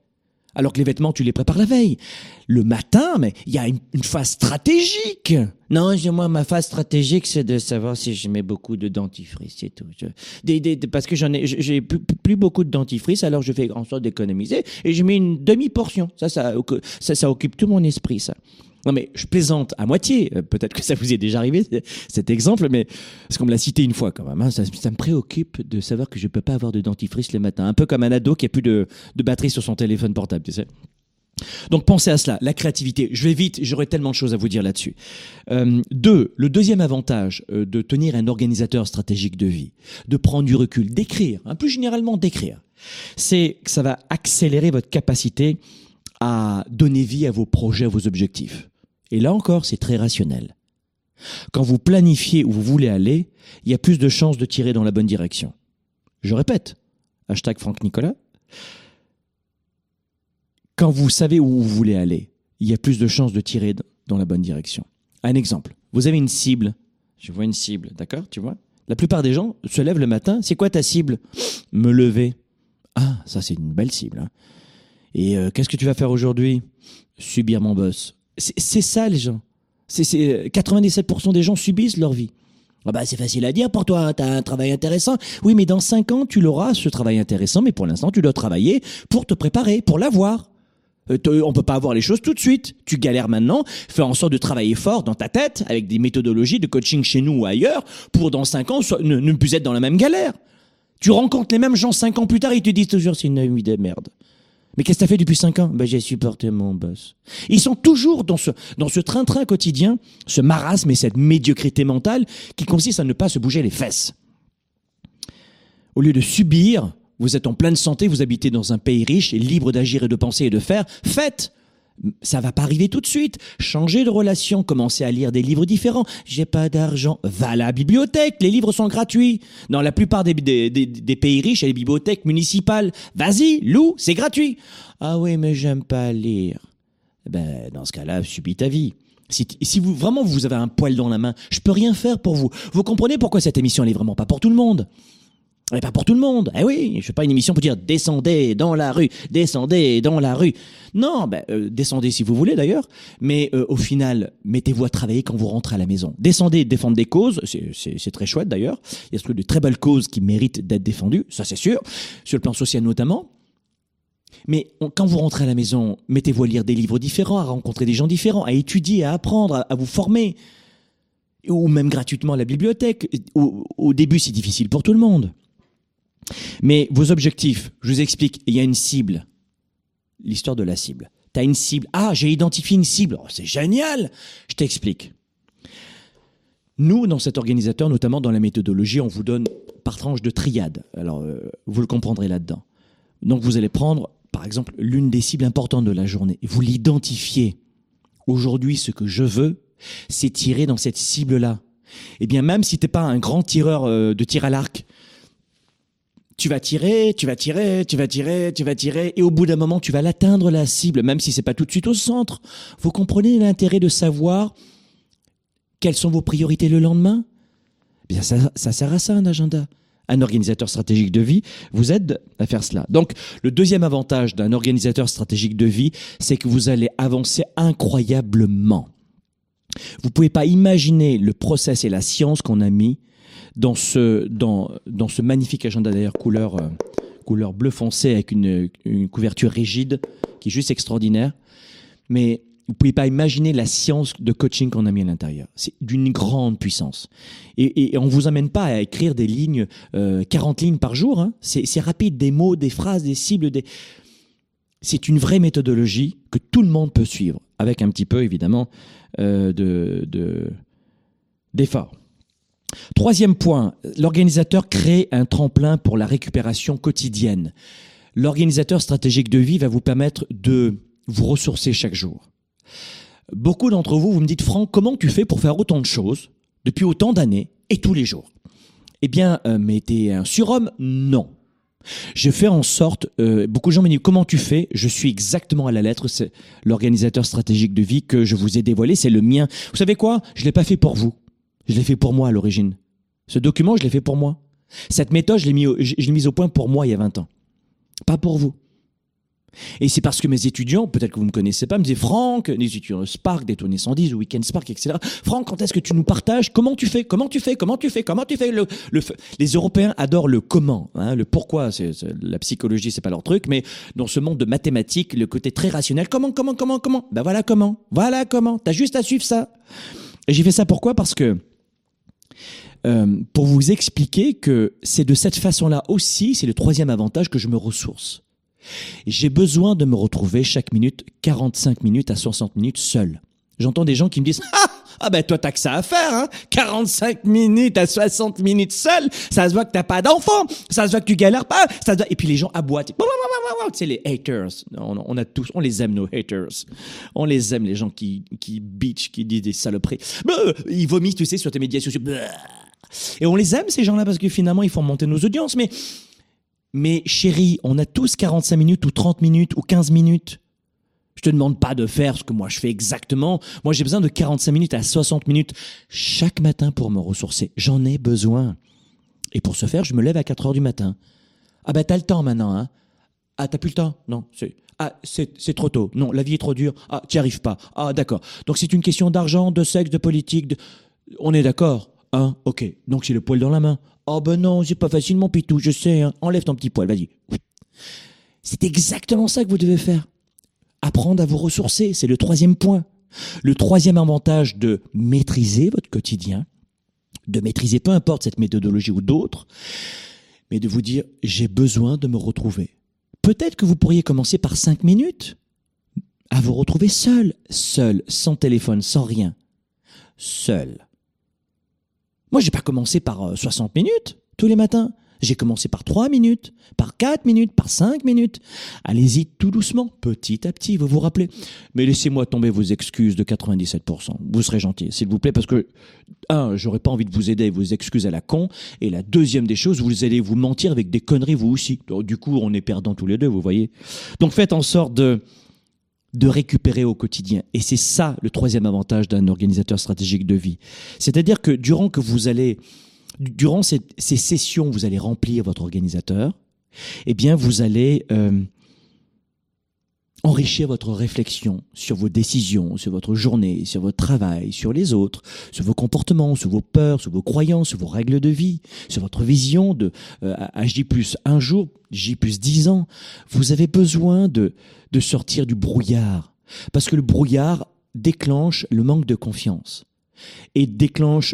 Alors que les vêtements, tu les prépares la veille. Le matin, mais il y a une, une phase stratégique. Non, je- moi, ma phase stratégique, c'est de savoir si je mets beaucoup de dentifrice, c'est tout. Je- des- des- des- parce que j'en ai, j'ai plus, plus beaucoup de dentifrice, alors je fais en sorte d'économiser et je mets une demi-portion. Ça, ça, ça, ça occupe tout mon esprit, ça. Non mais je plaisante à moitié. Euh, Peut-être que ça vous est déjà arrivé cet exemple, mais parce qu'on me l'a cité une fois quand même. Hein, ça, ça me préoccupe de savoir que je peux pas avoir de dentifrice le matin. Un peu comme un ado qui a plus de, de batterie sur son téléphone portable, tu sais. Donc pensez à cela, la créativité. Je vais vite, j'aurais tellement de choses à vous dire là-dessus. Euh, deux, le deuxième avantage euh, de tenir un organisateur stratégique de vie, de prendre du recul, d'écrire, hein, plus généralement d'écrire, c'est que ça va accélérer votre capacité à donner vie à vos projets, à vos objectifs. Et là encore, c'est très rationnel. Quand vous planifiez où vous voulez aller, il y a plus de chances de tirer dans la bonne direction. Je répète, hashtag Franck Nicolas. Quand vous savez où vous voulez aller, il y a plus de chances de tirer dans la bonne direction. Un exemple, vous avez une cible. Je vois une cible, d'accord, tu vois? La plupart des gens se lèvent le matin. C'est quoi ta cible? Me lever. Ah, ça c'est une belle cible. Hein. Et euh, qu'est-ce que tu vas faire aujourd'hui? Subir mon boss. C'est, c'est ça les gens. C'est, c'est, quatre-vingt-dix-sept pour cent des gens subissent leur vie. Ah bah, c'est facile à dire pour toi, hein, t'as un travail intéressant. Oui, mais dans cinq ans, tu l'auras, ce travail intéressant, mais pour l'instant, tu dois travailler pour te préparer, pour l'avoir. Euh, te- on peut pas avoir les choses tout de suite. Tu galères maintenant, fais en sorte de travailler fort dans ta tête, avec des méthodologies de coaching chez nous ou ailleurs, pour dans cinq ans so- ne, ne plus être dans la même galère. Tu rencontres les mêmes gens cinq ans plus tard, ils te disent toujours c'est une vie de merde. Mais qu'est-ce que t'as fait depuis cinq ans? Ben, j'ai supporté mon boss. Ils sont toujours dans ce, dans ce train-train quotidien, ce marasme et cette médiocrité mentale qui consiste à ne pas se bouger les fesses. Au lieu de subir, vous êtes en pleine santé, vous habitez dans un pays riche et libre d'agir et de penser et de faire, faites! Ça va pas arriver tout de suite. Changez de relation, commencez à lire des livres différents. J'ai pas d'argent. Va à la bibliothèque, les livres sont gratuits. Dans la plupart des, des, des, des pays riches, il y a les bibliothèques municipales. Vas-y, loue, c'est gratuit. Ah oui, mais j'aime pas lire. Ben, dans ce cas-là, subis ta vie. Si, si vous, vraiment vous avez un poil dans la main, je peux rien faire pour vous. Vous comprenez pourquoi cette émission, elle est vraiment pas pour tout le monde? Elle est pas pour tout le monde. Eh oui, je fais pas une émission pour dire descendez dans la rue, descendez dans la rue. Non, ben, euh, descendez si vous voulez d'ailleurs, mais euh, au final, mettez-vous à travailler quand vous rentrez à la maison. Descendez, défendre des causes, c'est, c'est, c'est très chouette d'ailleurs. Il y a de très belles causes qui méritent d'être défendues, ça c'est sûr, sur le plan social notamment. Mais on- quand vous rentrez à la maison, mettez-vous à lire des livres différents, à rencontrer des gens différents, à étudier, à apprendre, à, à vous former. Ou même gratuitement à la bibliothèque. Au, au début, c'est difficile pour tout le monde. Mais vos objectifs, je vous explique, il y a une cible. L'histoire de la cible. Tu as une cible. Ah, j'ai identifié une cible. Oh, c'est génial. Je t'explique. Nous, dans cet organisateur, notamment dans la méthodologie, on vous donne par tranche de triade. Alors, euh, vous le comprendrez là-dedans. Donc, vous allez prendre, par exemple, l'une des cibles importantes de la journée. Vous l'identifiez. Aujourd'hui, ce que je veux, c'est tirer dans cette cible-là. Eh bien, même si tu n'es pas un grand tireur euh, de tir à l'arc, tu vas tirer, tu vas tirer, tu vas tirer, tu vas tirer, et au bout d'un moment, tu vas l'atteindre, la cible, même si c'est pas tout de suite au centre. Vous comprenez l'intérêt de savoir quelles sont vos priorités le lendemain? Eh bien, ça, ça sert à ça, un agenda. Un organisateur stratégique de vie vous aide à faire cela. Donc, le deuxième avantage d'un organisateur stratégique de vie, c'est que vous allez avancer incroyablement. Vous pouvez pas imaginer le process et la science qu'on a mis dans ce, dans, dans ce magnifique agenda, d'ailleurs, couleur, euh, couleur bleu foncé avec une, une couverture rigide qui est juste extraordinaire. Mais vous pouvez pas imaginer la science de coaching qu'on a mis à l'intérieur. C'est d'une grande puissance. Et, et on vous amène pas à écrire des lignes, euh, quarante lignes par jour. Hein. C'est, c'est rapide, des mots, des phrases, des cibles. Des... C'est une vraie méthodologie que tout le monde peut suivre, avec un petit peu, évidemment, euh, de, de, d'effort. Troisième point, l'organisateur crée un tremplin pour la récupération quotidienne. L'organisateur stratégique de vie va vous permettre de vous ressourcer chaque jour. Beaucoup d'entre vous, vous me dites, Franck, comment tu fais pour faire autant de choses depuis autant d'années et tous les jours? Eh bien, euh, mais t'es un surhomme? Non. Je fais en sorte, euh, beaucoup de gens me disent, comment tu fais? Je suis exactement à la lettre, c'est l'organisateur stratégique de vie que je vous ai dévoilé, c'est le mien. Vous savez quoi? Je l'ai pas fait pour vous. Je l'ai fait pour moi à l'origine. Ce document, je l'ai fait pour moi. Cette méthode, je l'ai mis au, je l'ai mise au point pour moi il y a vingt ans. Pas pour vous. Et c'est parce que mes étudiants, peut-être que vous ne me connaissez pas, me disaient « Franck, les étudiants Spark, Détoné cent dix, Weekend Spark, et cetera. Franck, quand est-ce que tu nous partages? Comment tu fais? Comment tu fais? Comment tu fais? Comment tu fais ?» le, le, Les Européens adorent le comment, hein, le pourquoi. C'est, c'est, la psychologie, c'est pas leur truc, mais dans ce monde de mathématiques, le côté très rationnel, comment, comment, comment, comment? Ben voilà comment. Voilà comment. T'as juste à suivre ça. Et j'ai fait ça pourquoi? Parce que euh, pour vous expliquer que c'est de cette façon-là aussi, c'est le troisième avantage que je me ressource. J'ai besoin de me retrouver chaque minute, quarante-cinq minutes à soixante minutes seul. J'entends des gens qui me disent « Ah, ah ben toi t'as que ça à faire, hein, quarante-cinq minutes à soixante minutes seul, ça se voit que t'as pas d'enfant, ça se voit que tu galères pas, ça se voit... » Et puis les gens aboient. C'est les haters. On, on a tous, on les aime nos haters. On les aime les gens qui qui bitch, qui disent des saloperies. Ils vomissent, tu sais, sur tes médias sociaux. Et on les aime ces gens-là parce que finalement ils font monter nos audiences, mais Mais chérie, on a tous quarante-cinq minutes ou trente minutes ou quinze minutes. Je te demande pas de faire ce que moi je fais exactement. Moi j'ai besoin de quarante-cinq minutes à soixante minutes chaque matin pour me ressourcer. J'en ai besoin. Et pour ce faire, je me lève à quatre heures du matin. Ah ben t'as le temps maintenant, hein. Ah t'as plus le temps? Non, c'est... Ah, c'est, c'est trop tôt. Non, la vie est trop dure. Ah, t'y arrives pas. Ah, d'accord. Donc c'est une question d'argent, de sexe, de politique. De... On est d'accord? Hein? Ok. Donc j'ai le poil dans la main. Oh ben non, c'est pas facile mon pitou, je sais, hein. Enlève ton petit poil, vas-y. C'est exactement ça que vous devez faire. Apprendre à vous ressourcer, c'est le troisième point. Le troisième avantage de maîtriser votre quotidien, de maîtriser peu importe cette méthodologie ou d'autres, mais de vous dire, j'ai besoin de me retrouver. Peut-être que vous pourriez commencer par cinq minutes à vous retrouver seul, seul, sans téléphone, sans rien. Seul. Moi, j'ai pas commencé par soixante minutes tous les matins. J'ai commencé par trois minutes, par quatre minutes, par cinq minutes. Allez-y tout doucement, petit à petit, vous vous rappelez. Mais laissez-moi tomber vos excuses de quatre-vingt-dix-sept pour cent. Vous serez gentil, s'il vous plaît, parce que, un, j'aurais pas envie de vous aider avec vos excuses à la con. Et la deuxième des choses, vous allez vous mentir avec des conneries, vous aussi. Donc, du coup, on est perdants tous les deux, vous voyez. Donc, faites en sorte de... de récupérer au quotidien. Et c'est ça le troisième avantage d'un organisateur stratégique de vie. C'est-à-dire que durant que vous allez, durant ces, ces sessions, vous allez remplir votre organisateur, eh bien, vous allez euh, enrichir votre réflexion sur vos décisions, sur votre journée, sur votre travail, sur les autres, sur vos comportements, sur vos peurs, sur vos croyances, sur vos règles de vie, sur votre vision de euh, à J plus un jour, J plus dix ans. Vous avez besoin de de sortir du brouillard. Parce que le brouillard déclenche le manque de confiance et déclenche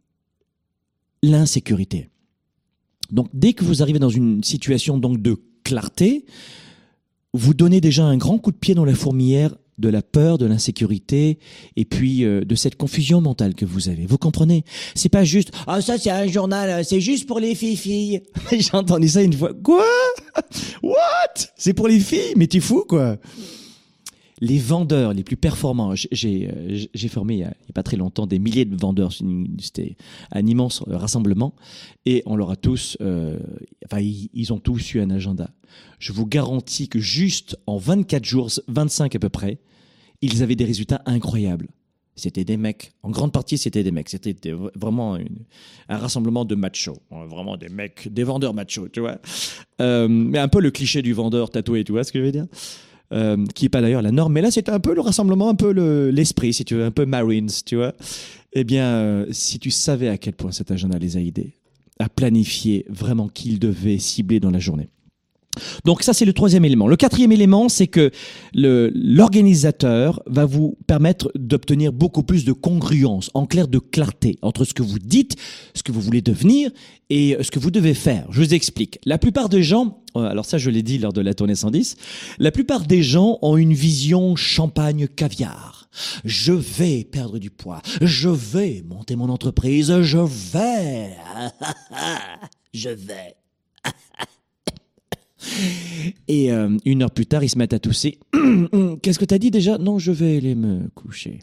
l'insécurité. Donc, dès que vous arrivez dans une situation donc de clarté, vous donnez déjà un grand coup de pied dans la fourmilière de la peur, de l'insécurité et puis euh, de cette confusion mentale que vous avez. Vous comprenez? C'est pas juste « Ah, ça, c'est un journal, c'est juste pour les filles-filles. » J'ai entendu ça une fois. Quoi? What? C'est pour les filles? Mais t'es fou, quoi. Les vendeurs les plus performants, j'ai, j'ai formé il y a, il y a pas très longtemps des milliers de vendeurs, c'était un immense rassemblement et on leur a tous, euh, enfin ils, ils ont tous eu un agenda. Je vous garantis que juste en vingt-quatre jours, vingt-cinq à peu près, ils avaient des résultats incroyables. C'était des mecs, en grande partie c'était des mecs, c'était vraiment une, un rassemblement de machos, vraiment des mecs, des vendeurs machos, tu vois. Euh, mais un peu le cliché du vendeur tatoué, tu vois ce que je veux dire? Euh, qui n'est pas d'ailleurs la norme, mais là c'était un peu le rassemblement, un peu le, l'esprit, si tu veux, un peu Marines, tu vois. Eh bien, euh, si tu savais à quel point cet agenda les a aidés à planifier vraiment qui ils devaient cibler dans la journée. Donc ça, c'est le troisième élément. Le quatrième élément, c'est que le, l'organisateur va vous permettre d'obtenir beaucoup plus de congruence, en clair de clarté, entre ce que vous dites, ce que vous voulez devenir et ce que vous devez faire. Je vous explique. La plupart des gens, alors ça je l'ai dit lors de la tournée cent dix, la plupart des gens ont une vision champagne caviar. Je vais perdre du poids, je vais monter mon entreprise, je vais, je vais. Et euh, une heure plus tard, ils se mettent à tousser. Qu'est-ce que t'as dit déjà? Non, je vais aller me coucher.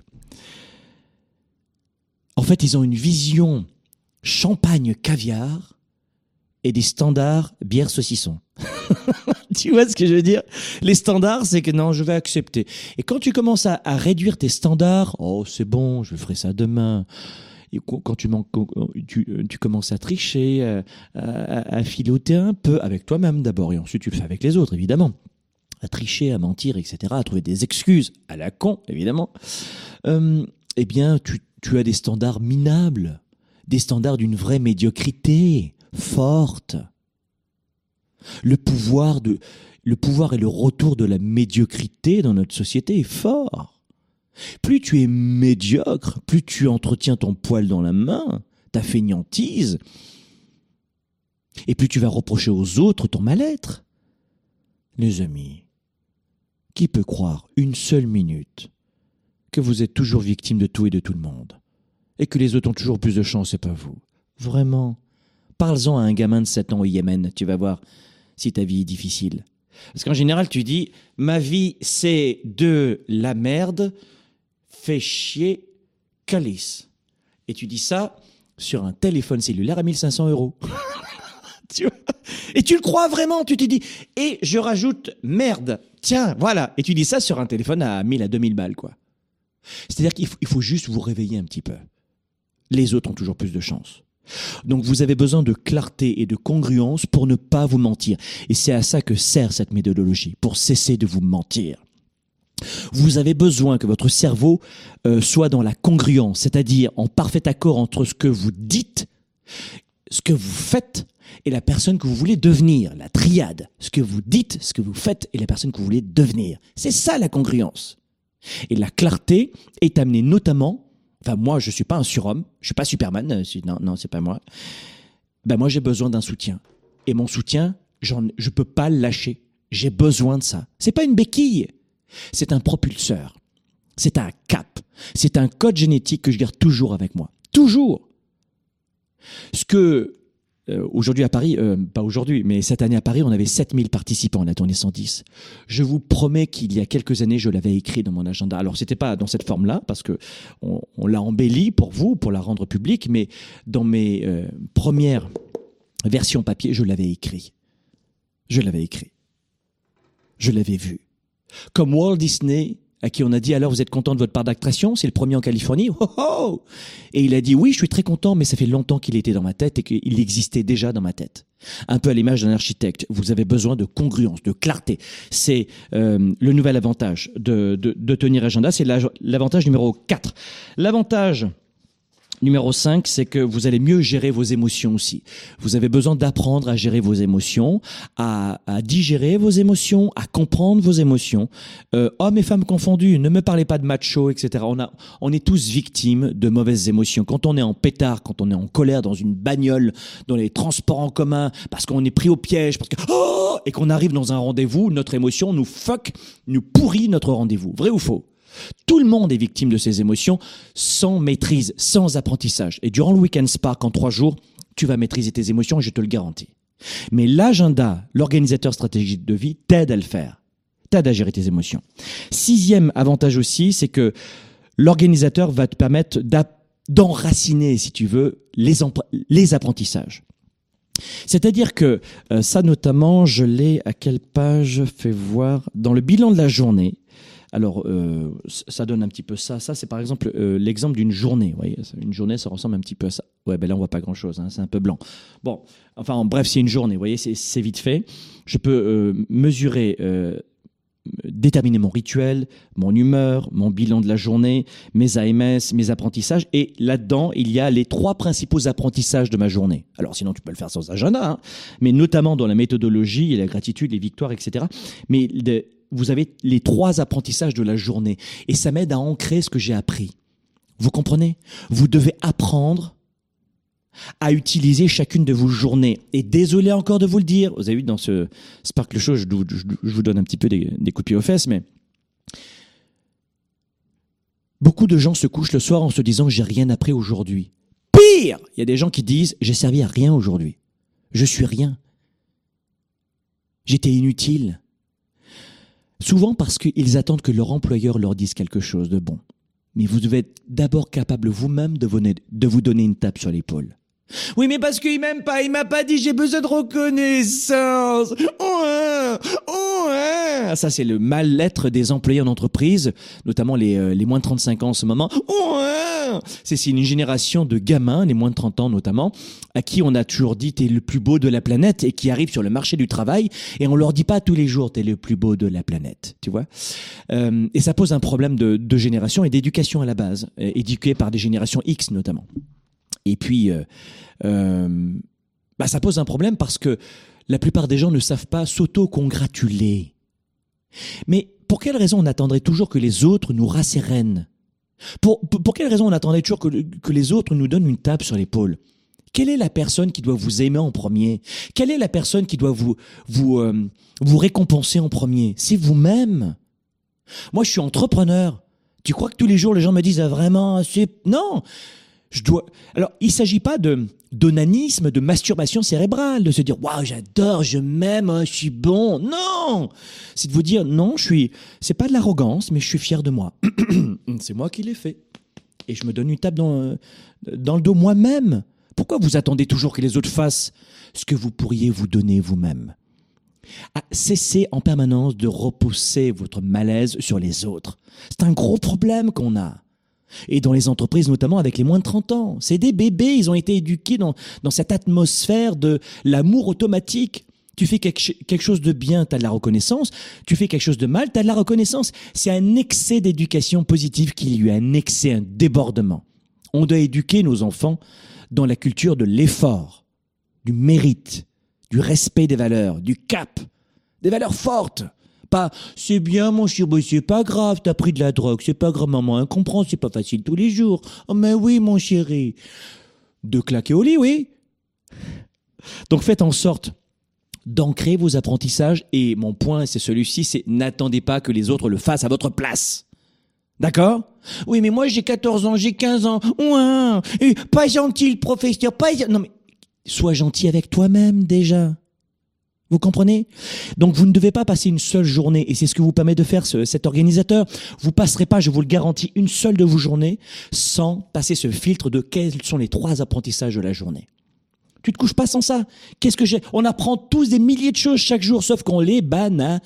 En fait, ils ont une vision champagne caviar et des standards bière saucisson. Tu vois ce que je veux dire? Les standards, c'est que non, je vais accepter. Et quand tu commences à, à réduire tes standards, oh, c'est bon, je ferai ça demain. Et quand tu, tu, tu commences à tricher, à, à, à filoter un peu avec toi-même d'abord, et ensuite tu le fais avec les autres, évidemment. à tricher, à mentir, et cetera, à trouver des excuses, à la con, évidemment, euh, eh bien, tu, tu as des standards minables, des standards d'une vraie médiocrité forte. Le pouvoir de, le pouvoir et le retour de la médiocrité dans notre société est fort. Plus tu es médiocre, plus tu entretiens ton poil dans la main, ta fainéantise, et plus tu vas reprocher aux autres ton mal-être. Les amis, qui peut croire une seule minute que vous êtes toujours victime de tout et de tout le monde, et que les autres ont toujours plus de chance et pas vous? Vraiment. Parle-en à un gamin de sept ans au Yémen, tu vas voir si ta vie est difficile. Parce qu'en général, tu dis, ma vie, c'est de la merde, fait chier, calice. Et tu dis ça sur un téléphone cellulaire à mille cinq cents euros. Tu vois? Et tu le crois vraiment, tu te dis, et je rajoute merde, tiens, voilà. Et tu dis ça sur un téléphone à mille à deux mille balles, quoi. C'est-à-dire qu'il faut, il faut juste vous réveiller un petit peu. Les autres ont toujours plus de chance. Donc vous avez besoin de clarté et de congruence pour ne pas vous mentir. Et c'est à ça que sert cette méthodologie, pour cesser de vous mentir. Vous avez besoin que votre cerveau euh, soit dans la congruence, c'est-à-dire en parfait accord entre ce que vous dites, ce que vous faites et la personne que vous voulez devenir, la triade. Ce que vous dites, ce que vous faites et la personne que vous voulez devenir. C'est ça la congruence. Et la clarté est amenée notamment, enfin moi je suis pas un surhomme, je suis pas Superman, non, non c'est pas moi. Ben moi j'ai besoin d'un soutien. Et mon soutien, j'en, je peux pas le lâcher. J'ai besoin de ça. C'est pas une béquille. C'est un propulseur, c'est un cap, c'est un code génétique que je garde toujours avec moi. Toujours. Ce que, euh, aujourd'hui à Paris, euh, pas aujourd'hui, mais cette année à Paris, on avait sept mille participants à la tournée cent dix. Je vous promets qu'il y a quelques années, je l'avais écrit dans mon agenda. Alors, c'était pas dans cette forme-là, parce que on, on l'a embelli pour vous, pour la rendre publique, mais dans mes euh, premières versions papier, je l'avais écrit. Je l'avais écrit. Je l'avais vu. Comme Walt Disney, à qui on a dit « Alors, vous êtes content de votre parc d'attraction? C'est le premier en Californie. Oh, oh !» Et il a dit « Oui, je suis très content, mais ça fait longtemps qu'il était dans ma tête et qu'il existait déjà dans ma tête. » Un peu à l'image d'un architecte. Vous avez besoin de congruence, de clarté. C'est euh, le nouvel avantage de, de, de tenir agenda. C'est l'avantage numéro quatre. L'avantage numéro cinq, c'est que vous allez mieux gérer vos émotions aussi. Vous avez besoin d'apprendre à gérer vos émotions, à, à digérer vos émotions, à comprendre vos émotions. Euh, hommes et femmes confondus, ne me parlez pas de macho, et cetera. On a, on est tous victimes de mauvaises émotions. Quand on est en pétard, quand on est en colère dans une bagnole, dans les transports en commun, parce qu'on est pris au piège, parce que oh, et qu'on arrive dans un rendez-vous, notre émotion nous fuck, nous pourrit notre rendez-vous. Vrai ou faux? Tout le monde est victime de ces émotions sans maîtrise, sans apprentissage. Et durant le Week-end Spark, en trois jours, tu vas maîtriser tes émotions, je te le garantis. Mais l'agenda, l'organisateur stratégique de vie, t'aide à le faire. T'aide à gérer tes émotions. Sixième avantage aussi, c'est que l'organisateur va te permettre d'enraciner, si tu veux, les, les apprentissages. C'est-à-dire que euh, ça, notamment, je l'ai à quelle page? Fais voir. Dans le bilan de la journée. Alors, euh, ça donne un petit peu ça. Ça, c'est par exemple euh, l'exemple d'une journée. Vous voyez, une journée, ça ressemble un petit peu à ça. Ouais, ben là, on voit pas grand-chose. Hein, c'est un peu blanc. Bon, enfin, en bref, c'est une journée. Vous voyez, c'est, c'est vite fait. Je peux euh, mesurer, euh, déterminer mon rituel, mon humeur, mon bilan de la journée, mes A M S, mes apprentissages. Et là-dedans, il y a les trois principaux apprentissages de ma journée. Alors, sinon, tu peux le faire sans agenda, hein, mais notamment dans la méthodologie et la gratitude, les victoires, et cetera. Mais de, vous avez les trois apprentissages de la journée et ça m'aide à ancrer ce que j'ai appris. Vous comprenez? Vous devez apprendre à utiliser chacune de vos journées. Et désolé encore de vous le dire, vous avez vu dans ce Spark le Show, je, je, je vous donne un petit peu des, des coups de pied aux fesses, mais beaucoup de gens se couchent le soir en se disant « j'ai rien appris aujourd'hui ». Pire, il y a des gens qui disent « j'ai servi à rien aujourd'hui, je suis rien, j'étais inutile ». Souvent parce qu'ils attendent que leur employeur leur dise quelque chose de bon. Mais vous devez être d'abord capable vous-même de vous, de vous donner une tape sur l'épaule. Oui, mais parce qu'il m'aime pas, il m'a pas dit j'ai besoin de reconnaissance. Oh, hein, oh, hein. Ça, c'est le mal-être des employés en entreprise, notamment les, euh, les moins de trente-cinq ans en ce moment. Oh, hein. C'est, c'est une génération de gamins, les moins de trente ans notamment, à qui on a toujours dit t'es le plus beau de la planète et qui arrivent sur le marché du travail et on leur dit pas tous les jours t'es le plus beau de la planète, tu vois. Euh, et ça pose un problème de, de génération et d'éducation à la base, euh, éduqués par des générations X notamment. Et puis, euh, euh, bah ça pose un problème parce que la plupart des gens ne savent pas s'auto-congratuler. Mais pour quelle raison on attendrait toujours que les autres nous rassérénent ? Pour, pour, pour quelle raison on attendrait toujours que, que les autres nous donnent une tape sur l'épaule ? Quelle est la personne qui doit vous aimer en premier ? Quelle est la personne qui doit vous, vous, euh, vous récompenser en premier ? C'est vous-même. Moi, je suis entrepreneur. Tu crois que tous les jours, les gens me disent ah, vraiment, c'est... Non, je dois... Alors, il ne s'agit pas de, d'onanisme, de masturbation cérébrale, de se dire « Waouh, j'adore, je m'aime, je suis bon ». Non, c'est de vous dire « Non, je suis... C'est pas de l'arrogance, mais je suis fier de moi. C'est moi qui l'ai fait. Et je me donne une tape dans, dans le dos moi-même. Pourquoi vous attendez toujours que les autres fassent ce que vous pourriez vous donner vous-même ? Ah, cessez en permanence de repousser votre malaise sur les autres. C'est un gros problème qu'on a. Et dans les entreprises, notamment avec les moins de trente ans. C'est des bébés, ils ont été éduqués dans, dans cette atmosphère de l'amour automatique. Tu fais quelque, quelque chose de bien, tu as de la reconnaissance. Tu fais quelque chose de mal, tu as de la reconnaissance. C'est un excès d'éducation positive qu'il y a, un excès, un débordement. On doit éduquer nos enfants dans la culture de l'effort, du mérite, du respect des valeurs, du cap, des valeurs fortes. Pas, c'est bien mon chéri, c'est pas grave, t'as pris de la drogue, c'est pas grave, maman, elle comprend, c'est pas facile tous les jours. Oh mais oui mon chéri. De claquer au lit, oui. Donc faites en sorte d'ancrer vos apprentissages et mon point c'est celui-ci, c'est n'attendez pas que les autres le fassent à votre place. D'accord ? Oui mais moi j'ai quatorze ans, j'ai quinze ans, ouin, pas gentil le professeur, pas... Non mais, sois gentil avec toi-même déjà. Vous comprenez ? Donc vous ne devez pas passer une seule journée, et c'est ce que vous permet de faire ce, cet organisateur. Vous passerez pas, je vous le garantis, une seule de vos journées sans passer ce filtre de quels sont les trois apprentissages de la journée. Tu te couches pas sans ça. Qu'est-ce que j'ai ? On apprend tous des milliers de choses chaque jour, sauf qu'on les banalise.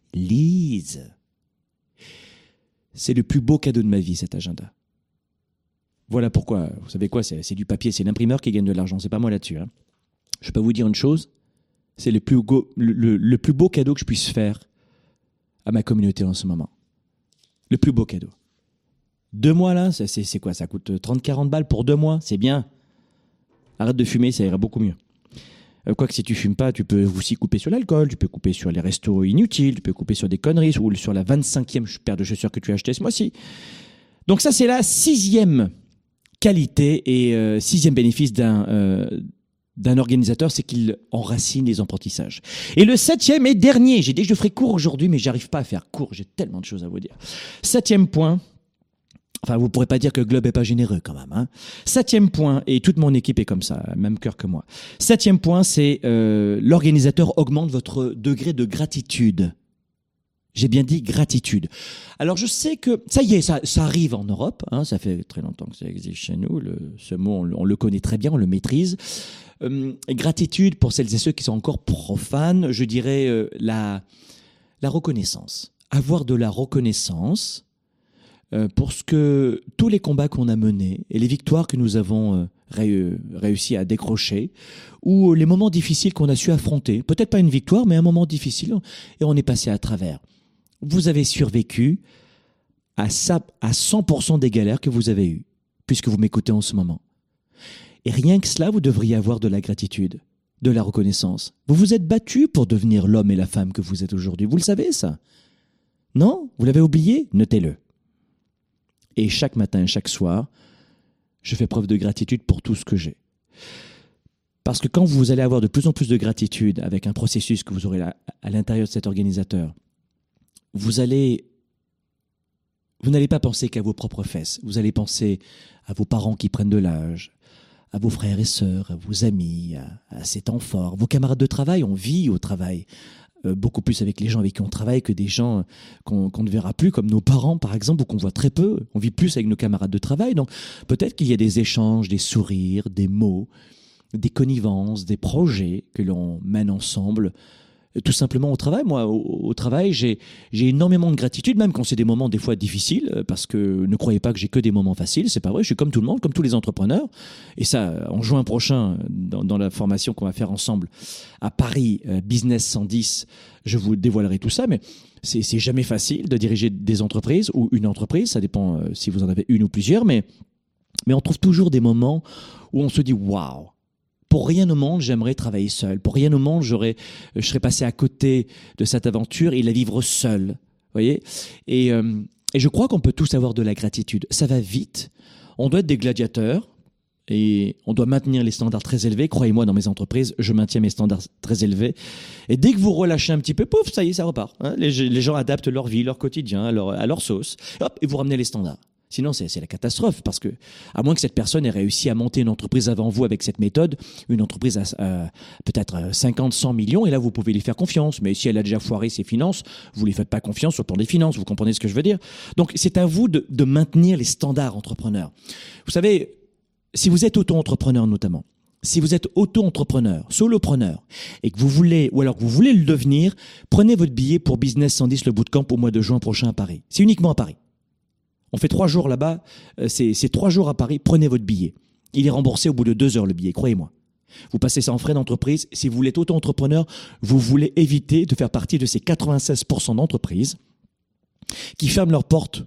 C'est le plus beau cadeau de ma vie, cet agenda. Voilà pourquoi, vous savez quoi, c'est, c'est du papier, c'est l'imprimeur qui gagne de l'argent, c'est pas moi là-dessus. Hein. Je peux vous dire une chose, c'est le plus, go, le, le, le plus beau cadeau que je puisse faire à ma communauté en ce moment. Le plus beau cadeau. Deux mois là, c'est, c'est, c'est quoi ? Ça coûte trente à quarante balles pour deux mois, c'est bien. Arrête de fumer, ça ira beaucoup mieux. Euh, Quoique si tu fumes pas, tu peux aussi couper sur l'alcool, tu peux couper sur les restos inutiles, tu peux couper sur des conneries ou sur la vingt-cinquième paire de chaussures que tu as achetée ce mois-ci. Donc ça, c'est la sixième qualité et euh, sixième bénéfice d'un, euh, d'un organisateur, c'est qu'il enracine les apprentissages. Et le septième et dernier, j'ai dit que je ferai court aujourd'hui, mais j'arrive pas à faire court, j'ai tellement de choses à vous dire. Septième point, enfin vous pourrez pas dire que Globe est pas généreux quand même. Hein. Septième point, et toute mon équipe est comme ça, même cœur que moi. Septième point, c'est euh, l'organisateur augmente votre degré de gratitude. J'ai bien dit gratitude. Alors je sais que ça y est, ça, ça arrive en Europe. Hein, ça fait très longtemps que ça existe chez nous. Le, ce mot, on, on le connaît très bien, on le maîtrise. Euh, gratitude pour celles et ceux qui sont encore profanes. Je dirais euh, la la reconnaissance. Avoir de la reconnaissance euh, pour ce que tous les combats qu'on a menés et les victoires que nous avons euh, ré, réussi à décrocher ou les moments difficiles qu'on a su affronter. Peut-être pas une victoire, mais un moment difficile et on est passé à travers. Vous avez survécu à cent pour cent des galères que vous avez eues, puisque vous m'écoutez en ce moment. Et rien que cela, vous devriez avoir de la gratitude, de la reconnaissance. Vous vous êtes battu pour devenir l'homme et la femme que vous êtes aujourd'hui. Vous le savez, ça ? Non ? Vous l'avez oublié ? Notez-le. Et chaque matin, chaque soir, je fais preuve de gratitude pour tout ce que j'ai. Parce que quand vous allez avoir de plus en plus de gratitude avec un processus que vous aurez là, à l'intérieur de cet organisateur, vous allez, vous n'allez pas penser qu'à vos propres fesses. Vous allez penser à vos parents qui prennent de l'âge, à vos frères et sœurs, à vos amis, à, à ces temps forts, vos camarades de travail. On vit au travail, euh, beaucoup plus avec les gens avec qui on travaille que des gens qu'on, qu'on ne verra plus, comme nos parents par exemple, ou qu'on voit très peu. On vit plus avec nos camarades de travail. Donc peut-être qu'il y a des échanges, des sourires, des mots, des connivences, des projets que l'on mène ensemble tout simplement au travail. Moi, au, au travail, j'ai, j'ai énormément de gratitude, même quand c'est des moments des fois difficiles, parce que ne croyez pas que j'ai que des moments faciles, c'est pas vrai, je suis comme tout le monde, comme tous les entrepreneurs. Et ça, en juin prochain, dans, dans la formation qu'on va faire ensemble à Paris, euh, Business cent dix, je vous dévoilerai tout ça, mais c'est, c'est jamais facile de diriger des entreprises ou une entreprise, ça dépend euh, si vous en avez une ou plusieurs, mais, mais on trouve toujours des moments où on se dit « waouh ». Pour rien au monde, j'aimerais travailler seul. Pour rien au monde, j'aurais, je serais passé à côté de cette aventure et la vivre seul. Voyez ? Et, euh, et je crois qu'on peut tous avoir de la gratitude. Ça va vite. On doit être des gladiateurs et on doit maintenir les standards très élevés. Croyez-moi, dans mes entreprises, je maintiens mes standards très élevés. Et dès que vous relâchez un petit peu, pouf, ça y est, ça repart. Hein, les, les gens adaptent leur vie, leur quotidien, à leur, à leur sauce. Hop, et vous ramenez les standards. Sinon, c'est, c'est la catastrophe parce que, à moins que cette personne ait réussi à monter une entreprise avant vous avec cette méthode, une entreprise à euh, peut-être cinquante, cent millions, et là, vous pouvez lui faire confiance. Mais si elle a déjà foiré ses finances, vous ne lui faites pas confiance sur le plan des finances. Vous comprenez ce que je veux dire? Donc, c'est à vous de, de maintenir les standards entrepreneurs. Vous savez, si vous êtes auto-entrepreneur notamment, si vous êtes auto-entrepreneur, solopreneur, et que vous voulez, ou alors que vous voulez le devenir, prenez votre billet pour Business cent dix, le bootcamp au mois de juin prochain à Paris. C'est uniquement à Paris. On fait trois jours là-bas, c'est, c'est trois jours à Paris, prenez votre billet. Il est remboursé au bout de deux heures le billet, croyez-moi. Vous passez ça en frais d'entreprise. Si vous êtes auto-entrepreneur, vous voulez éviter de faire partie de ces quatre-vingt-seize pour cent d'entreprises qui ferment leurs portes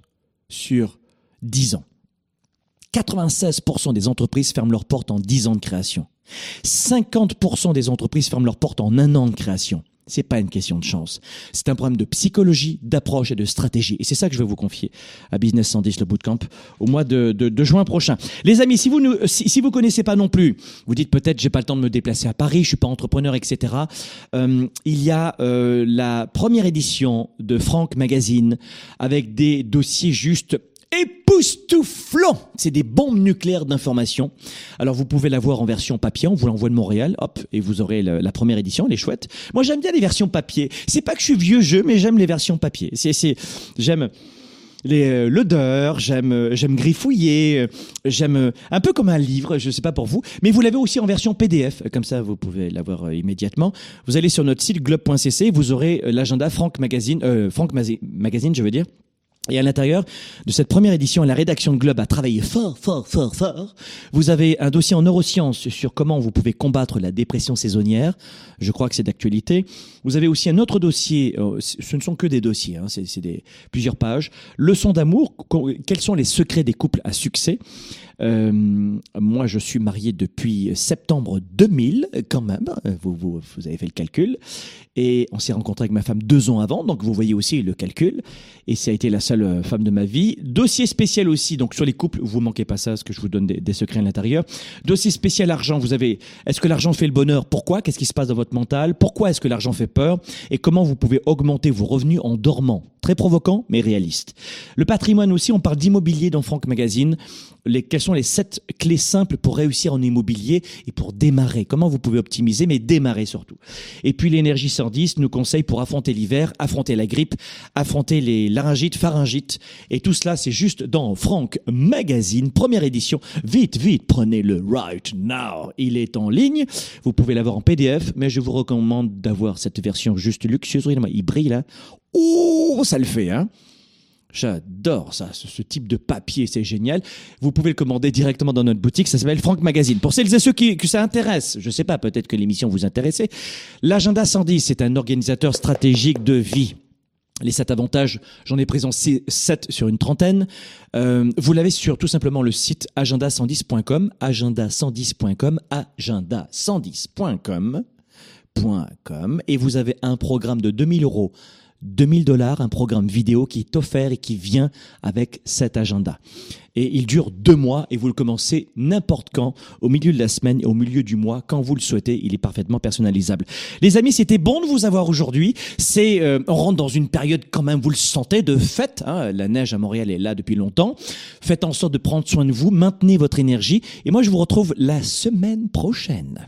sur dix ans. quatre-vingt-seize pour cent des entreprises ferment leurs portes en dix ans de création. cinquante pour cent des entreprises ferment leurs portes en un an de création. C'est pas une question de chance. C'est un problème de psychologie, d'approche et de stratégie. Et c'est ça que je vais vous confier à Business cent dix, le bootcamp, au mois de, de, de juin prochain. Les amis, si vous ne si, si vous connaissez pas non plus, vous dites peut-être j'ai pas le temps de me déplacer à Paris, je suis pas entrepreneur, et cetera. Euh, il y a euh, la première édition de Franck Magazine avec des dossiers juste époustouflants. C'est des bombes nucléaires d'informations. Alors, vous pouvez l'avoir en version papier. On vous l'envoie de Montréal. Hop, et vous aurez la, la première édition. Elle est chouette. Moi, j'aime bien les versions papier. C'est pas que je suis vieux jeu, mais j'aime les versions papier. C'est, c'est, j'aime les, euh, l'odeur, j'aime, euh, j'aime griffouiller, euh, j'aime euh, un peu comme un livre, je sais pas pour vous, mais vous l'avez aussi en version P D F, comme ça vous pouvez l'avoir euh, immédiatement. Vous allez sur notre site globe point c c, vous aurez euh, l'agenda Franck Magazine, euh, Franck Mazi- Magazine, je veux dire. Et à l'intérieur de cette première édition, la rédaction de Globe a travaillé fort, fort, fort, fort. Vous avez un dossier en neurosciences sur comment vous pouvez combattre la dépression saisonnière. Je crois que c'est d'actualité. Vous avez aussi un autre dossier. Ce ne sont que des dossiers, hein, c'est, c'est des, plusieurs pages. Leçon d'amour. Quels sont les secrets des couples à succès? Euh, moi, je suis marié depuis septembre deux mille, quand même. Vous, vous, vous avez fait le calcul. Et on s'est rencontré avec ma femme deux ans avant, donc vous voyez aussi le calcul. Et ça a été la seule femme de ma vie. Dossier spécial aussi, donc sur les couples, vous manquez pas ça, parce que je vous donne des, des secrets à l'intérieur. Dossier spécial argent, vous avez, est-ce que l'argent fait le bonheur? Pourquoi? Qu'est-ce qui se passe dans votre mental? Pourquoi est-ce que l'argent fait peur? Et comment vous pouvez augmenter vos revenus en dormant? Très provoquant, mais réaliste. Le patrimoine aussi, on parle d'immobilier dans Franck Magazine. Les, quelles sont les sept clés simples pour réussir en immobilier et pour démarrer? Comment vous pouvez optimiser, mais démarrer surtout. Et puis l'énergie cent dix nous conseille pour affronter l'hiver, affronter la grippe, affronter les laryngites, pharyngites. Et tout cela, c'est juste dans Franck Magazine, première édition. Vite, vite, prenez-le right now. Il est en ligne. Vous pouvez l'avoir en P D F, mais je vous recommande d'avoir cette version juste luxueuse. Regardez-moi, il brille là. Oh, ça le fait, hein? J'adore ça, ce, ce type de papier, c'est génial. Vous pouvez le commander directement dans notre boutique, ça s'appelle Franck Magazine. Pour celles et ceux qui, que ça intéresse, je sais pas, peut-être que l'émission vous intéresse. L'agenda cent dix, c'est un organisateur stratégique de vie. Les sept avantages, j'en ai présenté sept sur une trentaine. Euh, vous l'avez sur tout simplement le site agenda cent dix point com, agenda cent dix point com, agenda cent dix point com, et vous avez un programme de deux mille euros. deux mille dollars, un programme vidéo qui est offert et qui vient avec cet agenda. Et il dure deux mois et vous le commencez n'importe quand, au milieu de la semaine et au milieu du mois, quand vous le souhaitez. Il est parfaitement personnalisable. Les amis, c'était bon de vous avoir aujourd'hui. C'est, euh, on rentre dans une période quand même, vous le sentez, de fête. Hein. La neige à Montréal est là depuis longtemps. Faites en sorte de prendre soin de vous, maintenez votre énergie. Et moi, je vous retrouve la semaine prochaine.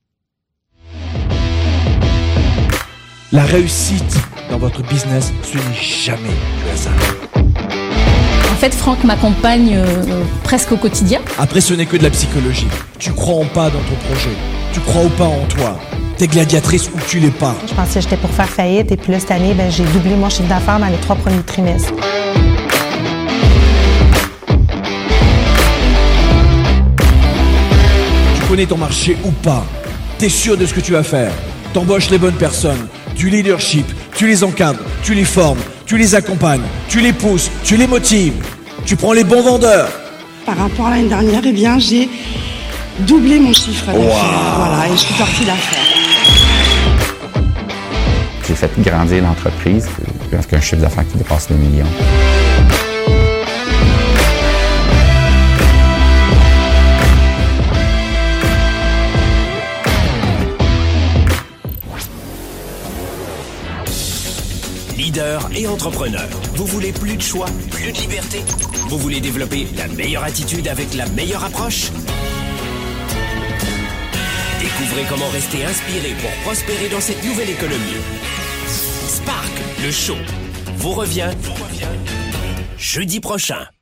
La réussite dans votre business, ce n'est jamais le hasard. En fait, Franck m'accompagne euh, presque au quotidien. Après, ce n'est que de la psychologie. Tu crois en pas dans ton projet. Tu crois ou pas en toi? T'es gladiatrice ou tu l'es pas? Je pensais que j'étais pour faire faillite et puis là, cette année, ben, j'ai doublé mon chiffre d'affaires dans les trois premiers trimestres. Tu connais ton marché ou pas? T'es sûr de ce que tu vas faire? T'embauches les bonnes personnes, du leadership, tu les encadres, tu les formes, tu les accompagnes, tu les pousses, tu les motives, tu prends les bons vendeurs. Par rapport à l'année dernière, eh bien, j'ai doublé mon chiffre d'affaires. Wow. Voilà, et je suis sortie d'affaires. J'ai fait grandir l'entreprise avec un chiffre d'affaires qui dépasse le million. Leader et entrepreneur, vous voulez plus de choix, plus de liberté? Vous voulez développer la meilleure attitude avec la meilleure approche? Découvrez comment rester inspiré pour prospérer dans cette nouvelle économie. Spark, le show, vous revient, vous revient jeudi prochain.